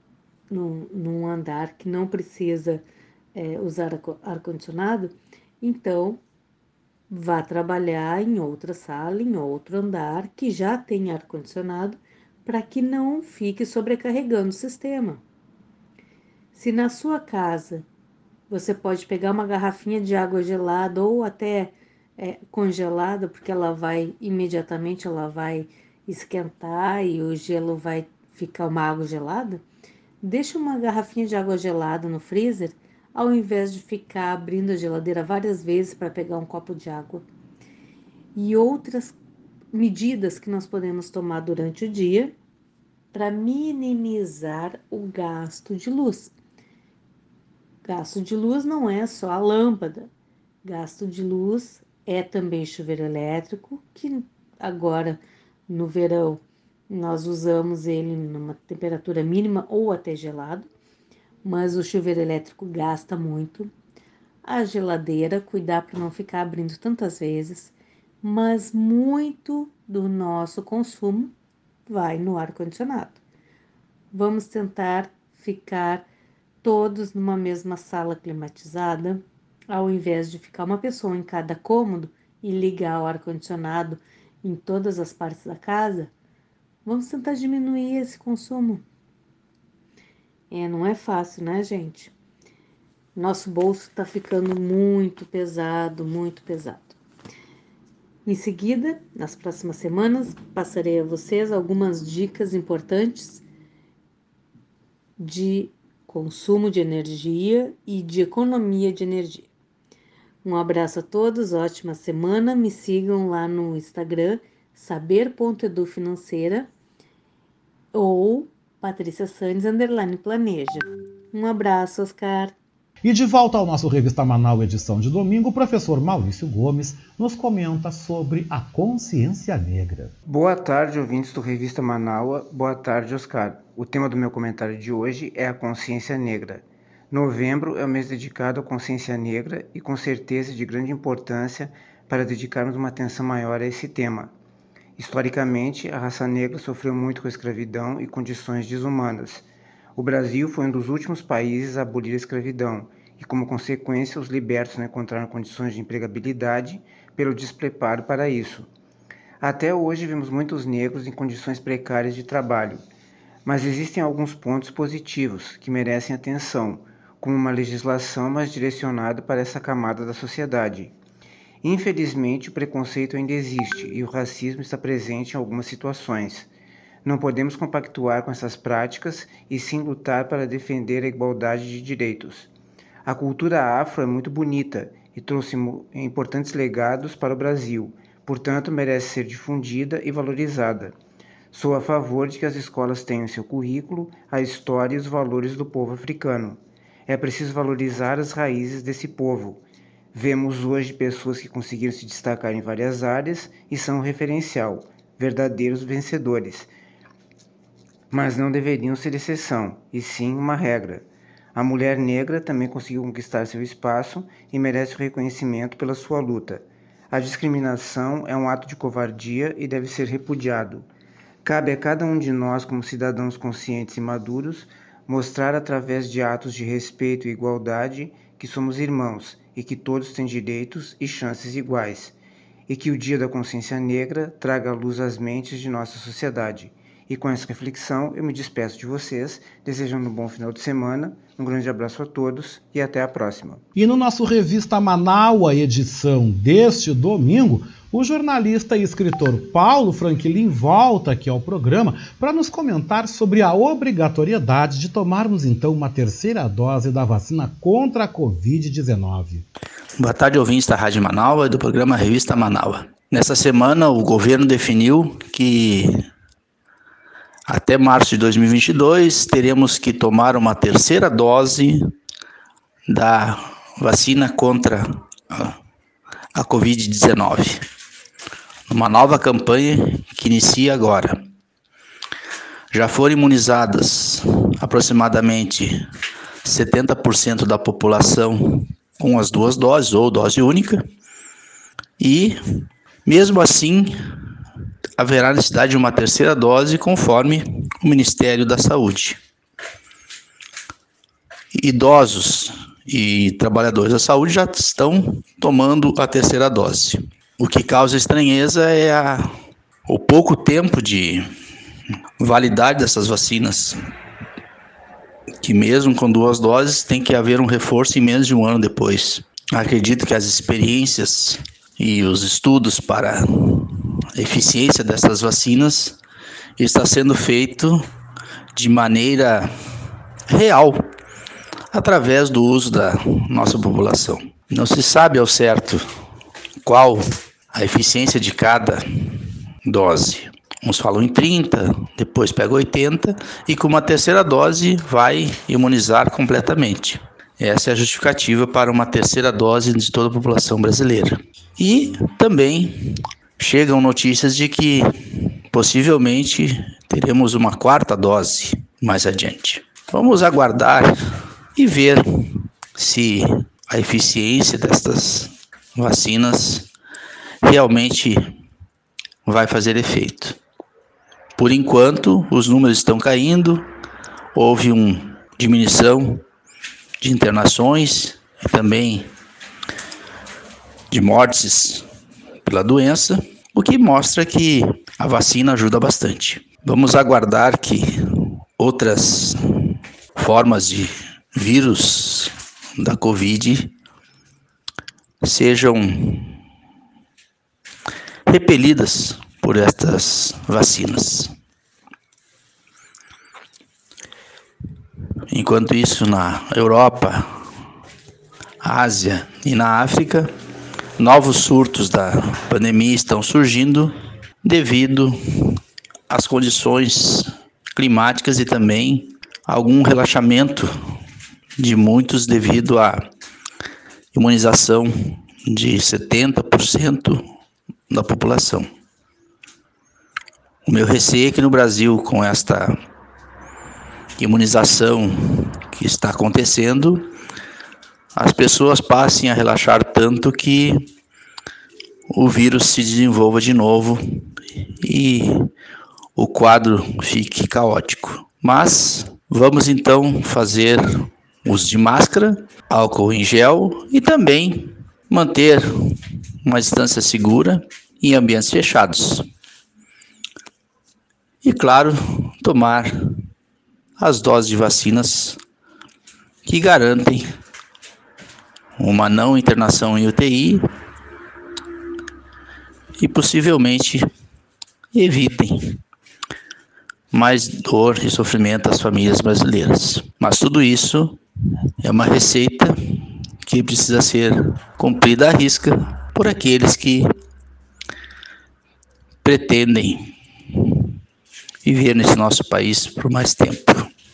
num, num andar que não precisa é, usar ar-condicionado, então vá trabalhar em outra sala, em outro andar que já tem ar-condicionado, para que não fique sobrecarregando o sistema. Se na sua casa você pode pegar uma garrafinha de água gelada ou até é, congelada, porque ela vai imediatamente ela vai esquentar e o gelo vai ficar uma água gelada, deixa uma garrafinha de água gelada no freezer, ao invés de ficar abrindo a geladeira várias vezes para pegar um copo de água. E outras medidas que nós podemos tomar durante o dia para minimizar o gasto de luz. Gasto de luz não é só a lâmpada. Gasto de luz é também chuveiro elétrico, que agora no verão nós usamos ele numa temperatura mínima ou até gelado, mas o chuveiro elétrico gasta muito. A geladeira, cuidar para não ficar abrindo tantas vezes, mas muito do nosso consumo vai no ar-condicionado. Vamos tentar ficar todos numa mesma sala climatizada, ao invés de ficar uma pessoa em cada cômodo e ligar o ar-condicionado em todas as partes da casa. Vamos tentar diminuir esse consumo. É, não é fácil, né, gente? Nosso bolso está ficando muito pesado, muito pesado. Em seguida, nas próximas semanas, passarei a vocês algumas dicas importantes de consumo de energia e de economia de energia. Um abraço a todos, ótima semana. Me sigam lá no Instagram, saber ponto edu financeira ou Patrícia Sandes underline planeja. Um abraço, Oscar. E de volta ao nosso Revista Manaus, edição de domingo, o professor Maurício Gomes nos comenta sobre a consciência negra. Boa tarde, ouvintes do Revista Manaus. Boa tarde, Oscar. O tema do meu comentário de hoje é a consciência negra. Novembro é o mês dedicado à consciência negra e com certeza de grande importância para dedicarmos uma atenção maior a esse tema. Historicamente, a raça negra sofreu muito com a escravidão e condições desumanas. O Brasil foi um dos últimos países a abolir a escravidão e, como consequência, os libertos não encontraram condições de empregabilidade pelo despreparo para isso. Até hoje, vemos muitos negros em condições precárias de trabalho, mas existem alguns pontos positivos que merecem atenção, como uma legislação mais direcionada para essa camada da sociedade. Infelizmente, o preconceito ainda existe e o racismo está presente em algumas situações. Não podemos compactuar com essas práticas e sim lutar para defender a igualdade de direitos. A cultura afro é muito bonita e trouxe importantes legados para o Brasil, portanto merece ser difundida e valorizada. Sou a favor de que as escolas tenham em seu currículo a história e os valores do povo africano. É preciso valorizar as raízes desse povo. Vemos hoje pessoas que conseguiram se destacar em várias áreas e são um referencial, verdadeiros vencedores. Mas não deveriam ser exceção, e sim uma regra. A mulher negra também conseguiu conquistar seu espaço e merece o reconhecimento pela sua luta. A discriminação é um ato de covardia e deve ser repudiado. Cabe a cada um de nós, como cidadãos conscientes e maduros, mostrar através de atos de respeito e igualdade que somos irmãos e que todos têm direitos e chances iguais, e que o Dia da Consciência Negra traga à luz às mentes de nossa sociedade. E com essa reflexão, eu me despeço de vocês, desejando um bom final de semana, um grande abraço a todos e até a próxima. E no nosso Revista Manaus, edição deste domingo, o jornalista e escritor Paulo Franklin volta aqui ao programa para nos comentar sobre a obrigatoriedade de tomarmos então uma terceira dose da vacina contra a covid dezenove. Boa tarde, ouvintes da Rádio Manaus e do programa Revista Manaus. Nessa semana, o governo definiu que até março de dois mil e vinte e dois teremos que tomar uma terceira dose da vacina contra a, a covid dezenove. Uma nova campanha que inicia agora. Já foram imunizadas aproximadamente setenta por cento da população com as duas doses ou dose única e, mesmo assim, haverá necessidade de uma terceira dose conforme o Ministério da Saúde. idosos e trabalhadores da saúde já estão tomando a terceira dose. O que causa estranheza é a, o pouco tempo de validade dessas vacinas, que mesmo com duas doses tem que haver um reforço em menos de um ano depois. Acredito que as experiências e os estudos para a eficiência dessas vacinas está sendo feito de maneira real, através do uso da nossa população. Não se sabe ao certo qual a eficiência de cada dose. Uns falam em trinta, depois pega oitenta e com uma terceira dose vai imunizar completamente. Essa é a justificativa para uma terceira dose de toda a população brasileira. E também chegam notícias de que possivelmente teremos uma quarta dose mais adiante. Vamos aguardar e ver se a eficiência destas vacinas realmente vai fazer efeito. Por enquanto, os números estão caindo, houve uma diminuição de internações e também de mortes pela doença, o que mostra que a vacina ajuda bastante. Vamos aguardar que outras formas de vírus da Covid sejam repelidas por estas vacinas. Enquanto isso, na Europa, Ásia e na África, novos surtos da pandemia estão surgindo devido às condições climáticas e também algum relaxamento de muitos devido à imunização de setenta por cento da população. O meu receio é que no Brasil, com esta imunização que está acontecendo, as pessoas passem a relaxar tanto que o vírus se desenvolva de novo e o quadro fique caótico. Mas vamos então fazer uso de máscara, álcool em gel e também manter uma distância segura em ambientes fechados. E claro, tomar as doses de vacinas que garantem uma não internação em U T I e possivelmente evitem mais dor e sofrimento às famílias brasileiras. Mas tudo isso é uma receita que precisa ser cumprida à risca por aqueles que pretendem viver nesse nosso país por mais tempo.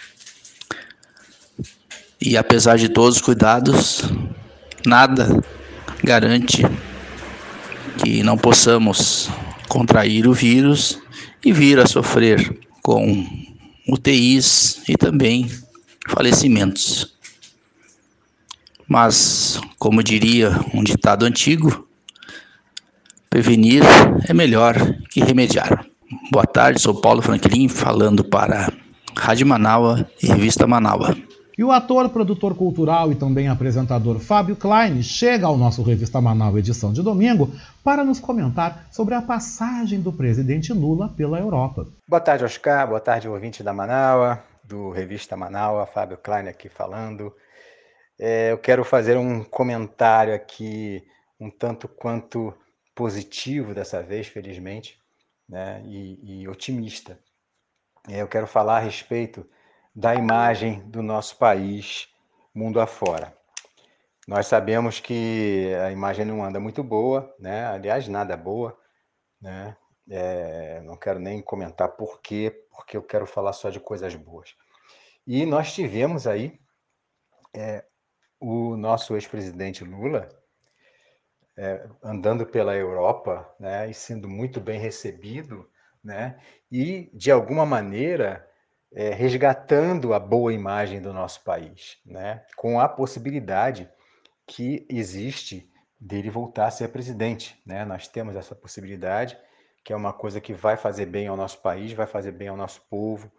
E apesar de todos os cuidados, nada garante que não possamos contrair o vírus e vir a sofrer com U T Is e também falecimentos. Mas, como diria um ditado antigo, prevenir é melhor que remediar. Boa tarde, sou Paulo Franklin, falando para Rádio Manaua e Revista Manaua. E o ator, produtor cultural e também apresentador Fábio Klein chega ao nosso Revista Manaua edição de domingo para nos comentar sobre a passagem do presidente Lula pela Europa. Boa tarde, Oscar. Boa tarde, ouvinte da Manaua, do Revista Manaua. Fábio Klein aqui falando. É, eu quero fazer um comentário aqui um tanto quanto positivo dessa vez, felizmente, né, e, e otimista. É, eu quero falar a respeito da imagem do nosso país mundo afora. Nós sabemos que a imagem não anda muito boa, né? Aliás, nada boa, né? É, não quero nem comentar por quê, porque eu quero falar só de coisas boas. E nós tivemos aí é, o nosso ex-presidente Lula é, andando pela Europa, né? E sendo muito bem recebido, né? E, de alguma maneira, É, resgatando a boa imagem do nosso país, né? Com a possibilidade que existe dele voltar a ser presidente, né? Nós temos essa possibilidade, que é uma coisa que vai fazer bem ao nosso país, vai fazer bem ao nosso povo,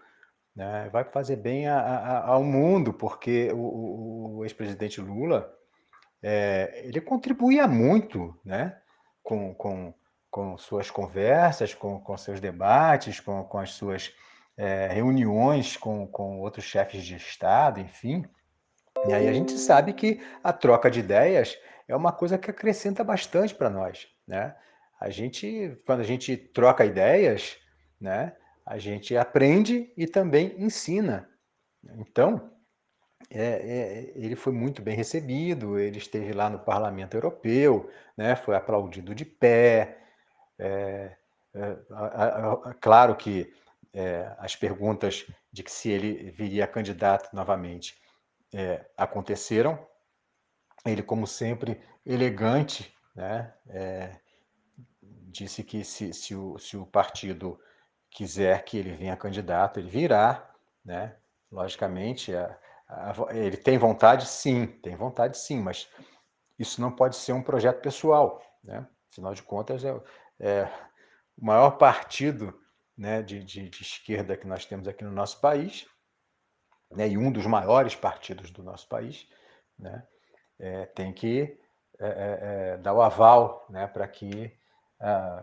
né? Vai fazer bem a, a, ao mundo, porque o, o, o ex-presidente Lula é, ele contribuía muito, né? com, com, com suas conversas, com, com seus debates, com, com as suas é, reuniões com, com outros chefes de Estado, enfim. E aí a gente sabe que a troca de ideias é uma coisa que acrescenta bastante para nós, né? A gente, quando a gente troca ideias, né, a gente aprende e também ensina. Então, é, é, ele foi muito bem recebido, ele esteve lá no Parlamento Europeu, né, foi aplaudido de pé. É, é, a, a, a, claro que é, as perguntas de que se ele viria candidato novamente é, aconteceram. Ele, como sempre, elegante, né, é, disse que se, se, o, se o partido quiser que ele venha candidato, ele virá, né? Logicamente, a, a, ele tem vontade, sim, tem vontade, sim, mas isso não pode ser um projeto pessoal, né? Afinal de contas, é, é o maior partido, né, de, de, de esquerda que nós temos aqui no nosso país, né, e um dos maiores partidos do nosso país, né? É, tem que é, é, dar o aval, né, para que Uh,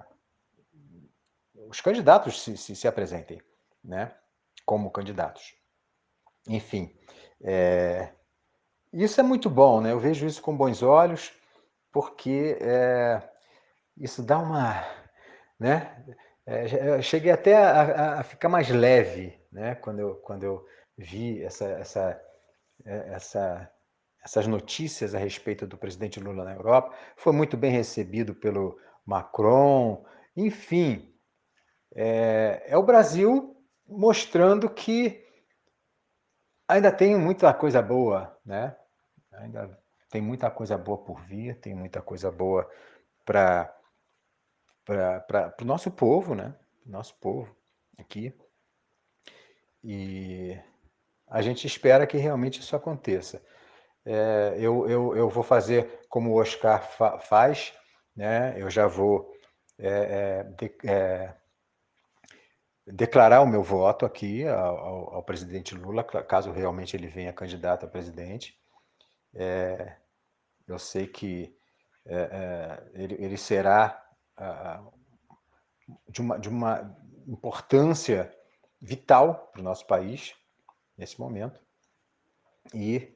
os candidatos se, se, se apresentem, né, como candidatos. Enfim, é, isso é muito bom, né? Eu vejo isso com bons olhos, porque é, isso dá uma... Né, é, eu cheguei até a, a ficar mais leve, né, quando eu, quando eu vi essa, essa, essa, essas notícias a respeito do presidente Lula na Europa. Foi muito bem recebido pelo Macron, enfim, é, é o Brasil mostrando que ainda tem muita coisa boa, né? Ainda tem muita coisa boa por vir, tem muita coisa boa para para o nosso povo, né? Nosso povo aqui. E a gente espera que realmente isso aconteça. É, eu, eu, eu vou fazer como o Oscar fa faz, né? Eu já vou é, é, de, é, declarar o meu voto aqui ao, ao presidente Lula, caso realmente ele venha candidato a presidente. É, eu sei que é, é, ele, ele será a, de, uma, de uma importância vital para o nosso país nesse momento. E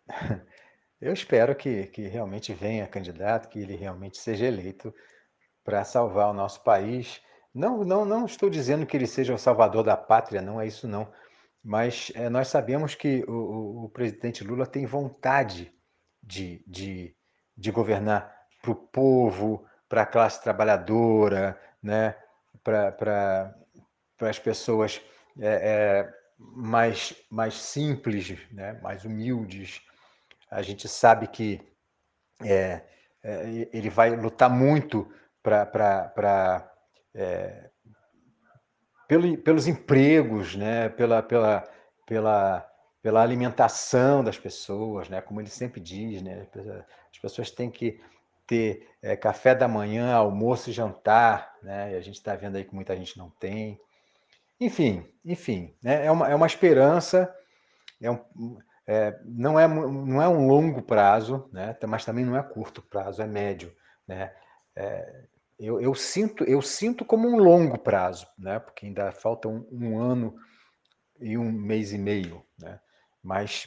eu espero que, que realmente venha candidato, que ele realmente seja eleito para salvar o nosso país. Não, não, não estou dizendo que ele seja o salvador da pátria, não é isso não. Mas é, nós sabemos que o, o, o presidente Lula tem vontade de, de, de governar para o povo, para a classe trabalhadora, né? para para as pessoas é, é, mais, mais simples, né? Mais humildes. A gente sabe que é, é, ele vai lutar muito para é, pelo, pelos empregos, né? pela, pela, pela, pela alimentação das pessoas, né? Como ele sempre diz, né? As pessoas têm que ter é, café da manhã, almoço e jantar, né? E a gente está vendo aí que muita gente não tem. Enfim, enfim, né? é, uma, é uma esperança, é um, é, não, é, não é um longo prazo, né? Mas também não é curto prazo, é médio, né? É, eu, eu, sinto, eu sinto como um longo prazo, né? Porque ainda falta um, um ano e um mês e meio, né? Mas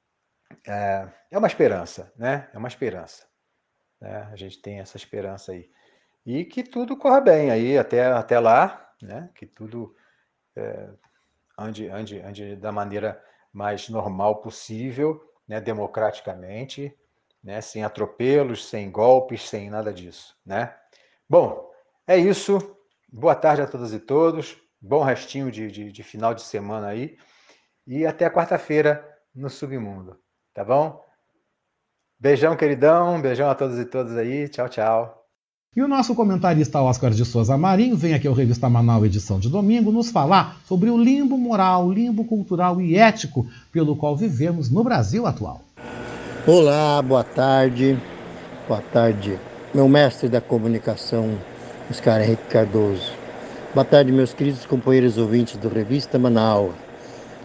é, é uma esperança, né? É uma esperança, né? A gente tem essa esperança aí. E que tudo corra bem aí até, até lá, né? Que tudo é, ande, ande, ande da maneira mais normal possível, né? Democraticamente, né? Sem atropelos, sem golpes, sem nada disso, né? Bom, é isso. Boa tarde a todas e todos. Bom restinho de, de, de final de semana aí. E até a quarta-feira no Submundo. Tá bom? Beijão, queridão. Beijão a todos e todas aí. Tchau, tchau. E o nosso comentarista Oscar de Souza Marinho vem aqui ao Revista Manaus, edição de domingo, nos falar sobre o limbo moral, limbo cultural e ético pelo qual vivemos no Brasil atual. Olá, boa tarde. Boa tarde, meu mestre da comunicação, Oscar Henrique Cardoso. Boa tarde, meus queridos companheiros ouvintes do Revista Manaus.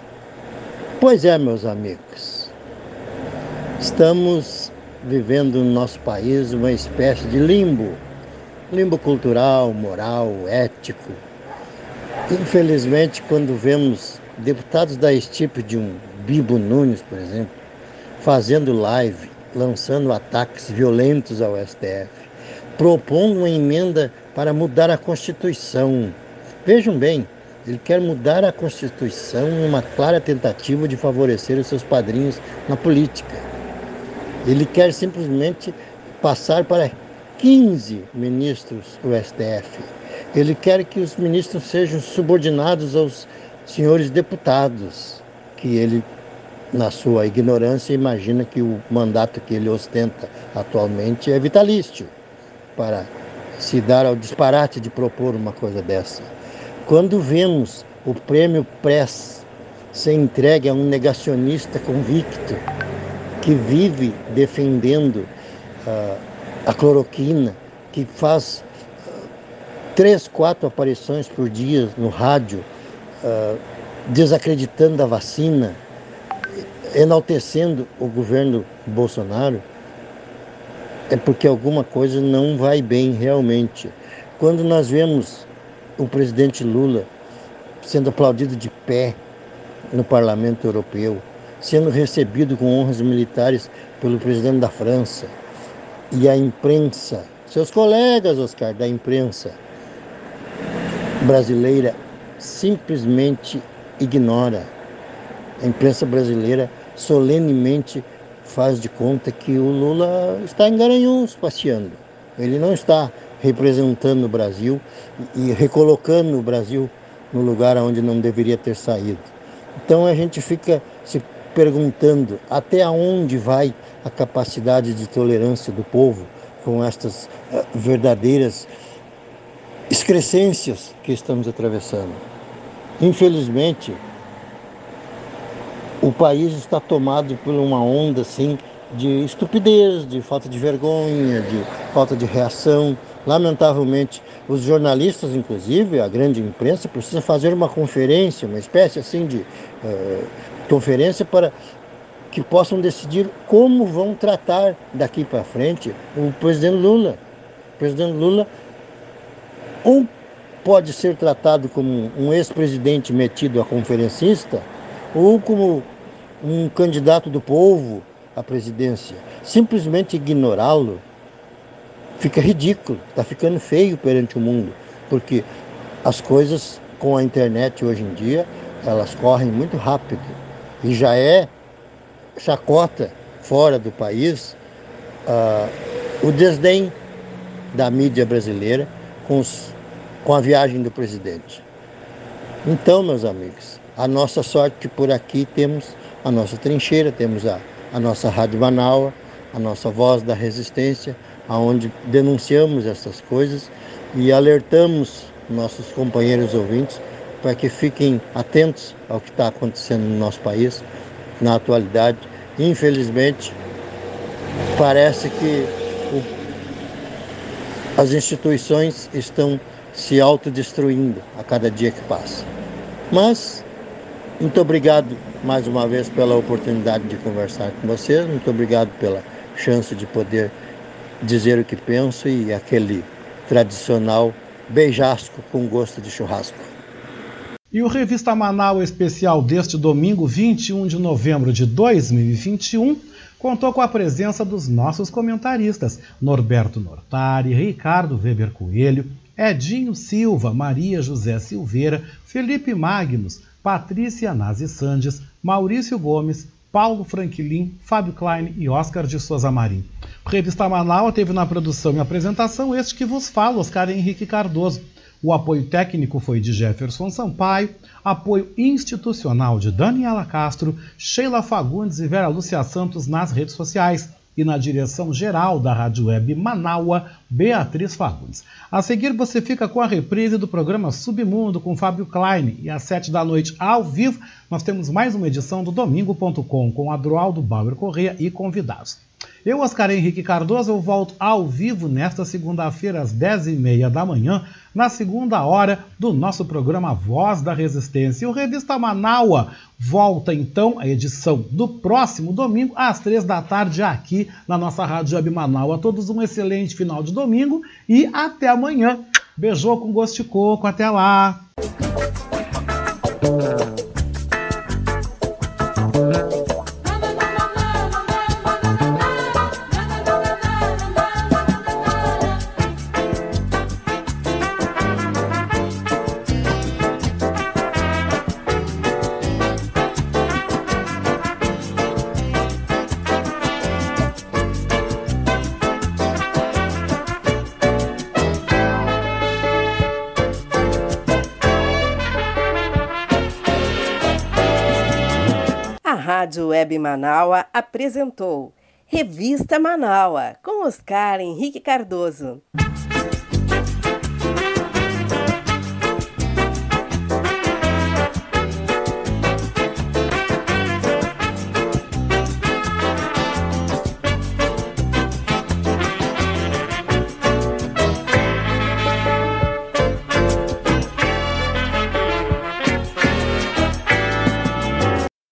Pois é, meus amigos, estamos vivendo no nosso país uma espécie de limbo, limbo cultural, moral, ético. Infelizmente, quando vemos deputados da estirpe de um Bibo Nunes, por exemplo, fazendo live, lançando ataques violentos ao S T F, propondo uma emenda para mudar a Constituição. Vejam bem, ele quer mudar a Constituição numa clara tentativa de favorecer os seus padrinhos na política. Ele quer simplesmente passar para quinze ministros do S T F. Ele quer que os ministros sejam subordinados aos senhores deputados, que ele, na sua ignorância, imagina que o mandato que ele ostenta atualmente é vitalício, para se dar ao disparate de propor uma coisa dessa. Quando vemos o prêmio Press ser entregue a um negacionista convicto, que vive defendendo uh, a cloroquina, que faz uh, três, quatro aparições por dia no rádio, uh, desacreditando a vacina, enaltecendo o governo Bolsonaro, é porque alguma coisa não vai bem realmente. Quando nós vemos o presidente Lula sendo aplaudido de pé no Parlamento Europeu, sendo recebido com honras militares pelo presidente da França, e a imprensa, seus colegas, Oscar, da imprensa brasileira, simplesmente ignora. A imprensa brasileira solenemente faz de conta que o Lula está em Garanhuns passeando. Ele não está representando o Brasil e recolocando o Brasil no lugar onde não deveria ter saído. Então a gente fica se perguntando até onde vai a capacidade de tolerância do povo com estas uh, verdadeiras excrescências que estamos atravessando. Infelizmente, o país está tomado por uma onda assim, de estupidez, de falta de vergonha, de falta de reação. Lamentavelmente, os jornalistas, inclusive, a grande imprensa, precisa fazer uma conferência, uma espécie assim de uh, conferência para que possam decidir como vão tratar daqui para frente o presidente Lula. O presidente Lula ou pode ser tratado como um ex-presidente metido a conferencista, ou como um candidato do povo à presidência. Simplesmente ignorá-lo fica ridículo, está ficando feio perante o mundo, porque as coisas com a internet hoje em dia, elas correm muito rápido, e já é chacota fora do país uh, o desdém da mídia brasileira com, os, com a viagem do presidente. Então, meus amigos, a nossa sorte que por aqui temos a nossa trincheira, temos a, a nossa Rádio Manaua, a nossa voz da resistência, onde denunciamos essas coisas e alertamos nossos companheiros ouvintes para que fiquem atentos ao que está acontecendo no nosso país na atualidade. Infelizmente, parece que o, as instituições estão se autodestruindo a cada dia que passa. Mas, muito obrigado mais uma vez pela oportunidade de conversar com vocês, muito obrigado pela chance de poder dizer o que penso e aquele tradicional beijasco com gosto de churrasco. E o Revista Manaus especial deste domingo, vinte e um de novembro de dois mil e vinte e um, contou com a presença dos nossos comentaristas Norberto Nortari, Ricardo Weber Coelho, Edinho Silva, Maria José Silveira, Felipe Magnus, Patrícia Nazi Sandes, Maurício Gomes, Paulo Franklin, Fábio Klein e Oscar de Souza Marim. O Revista Manaus teve na produção e apresentação este que vos fala, Oscar Henrique Cardoso. O apoio técnico foi de Jefferson Sampaio, apoio institucional de Daniela Castro, Sheila Fagundes e Vera Lúcia Santos nas redes sociais. E na direção geral da Rádio Web Manaua, Beatriz Fagundes. A seguir você fica com a reprise do programa Submundo com Fábio Klein. E às sete da noite, ao vivo, nós temos mais uma edição do Domingo ponto com, com Adroaldo Bauer Corrêa e convidados. Eu, Oscar Henrique Cardoso, eu volto ao vivo nesta segunda-feira, às dez e meia da manhã, na segunda hora do nosso programa Voz da Resistência. E o Revista Manaua volta, então, a edição do próximo domingo, às três da tarde, aqui na nossa Rádio Web Manaua. A todos um excelente final de domingo e até amanhã. Beijou com gosto de coco, até lá! Rádio Web Manaua apresentou Revista Manaua, com Oscar Henrique Cardoso.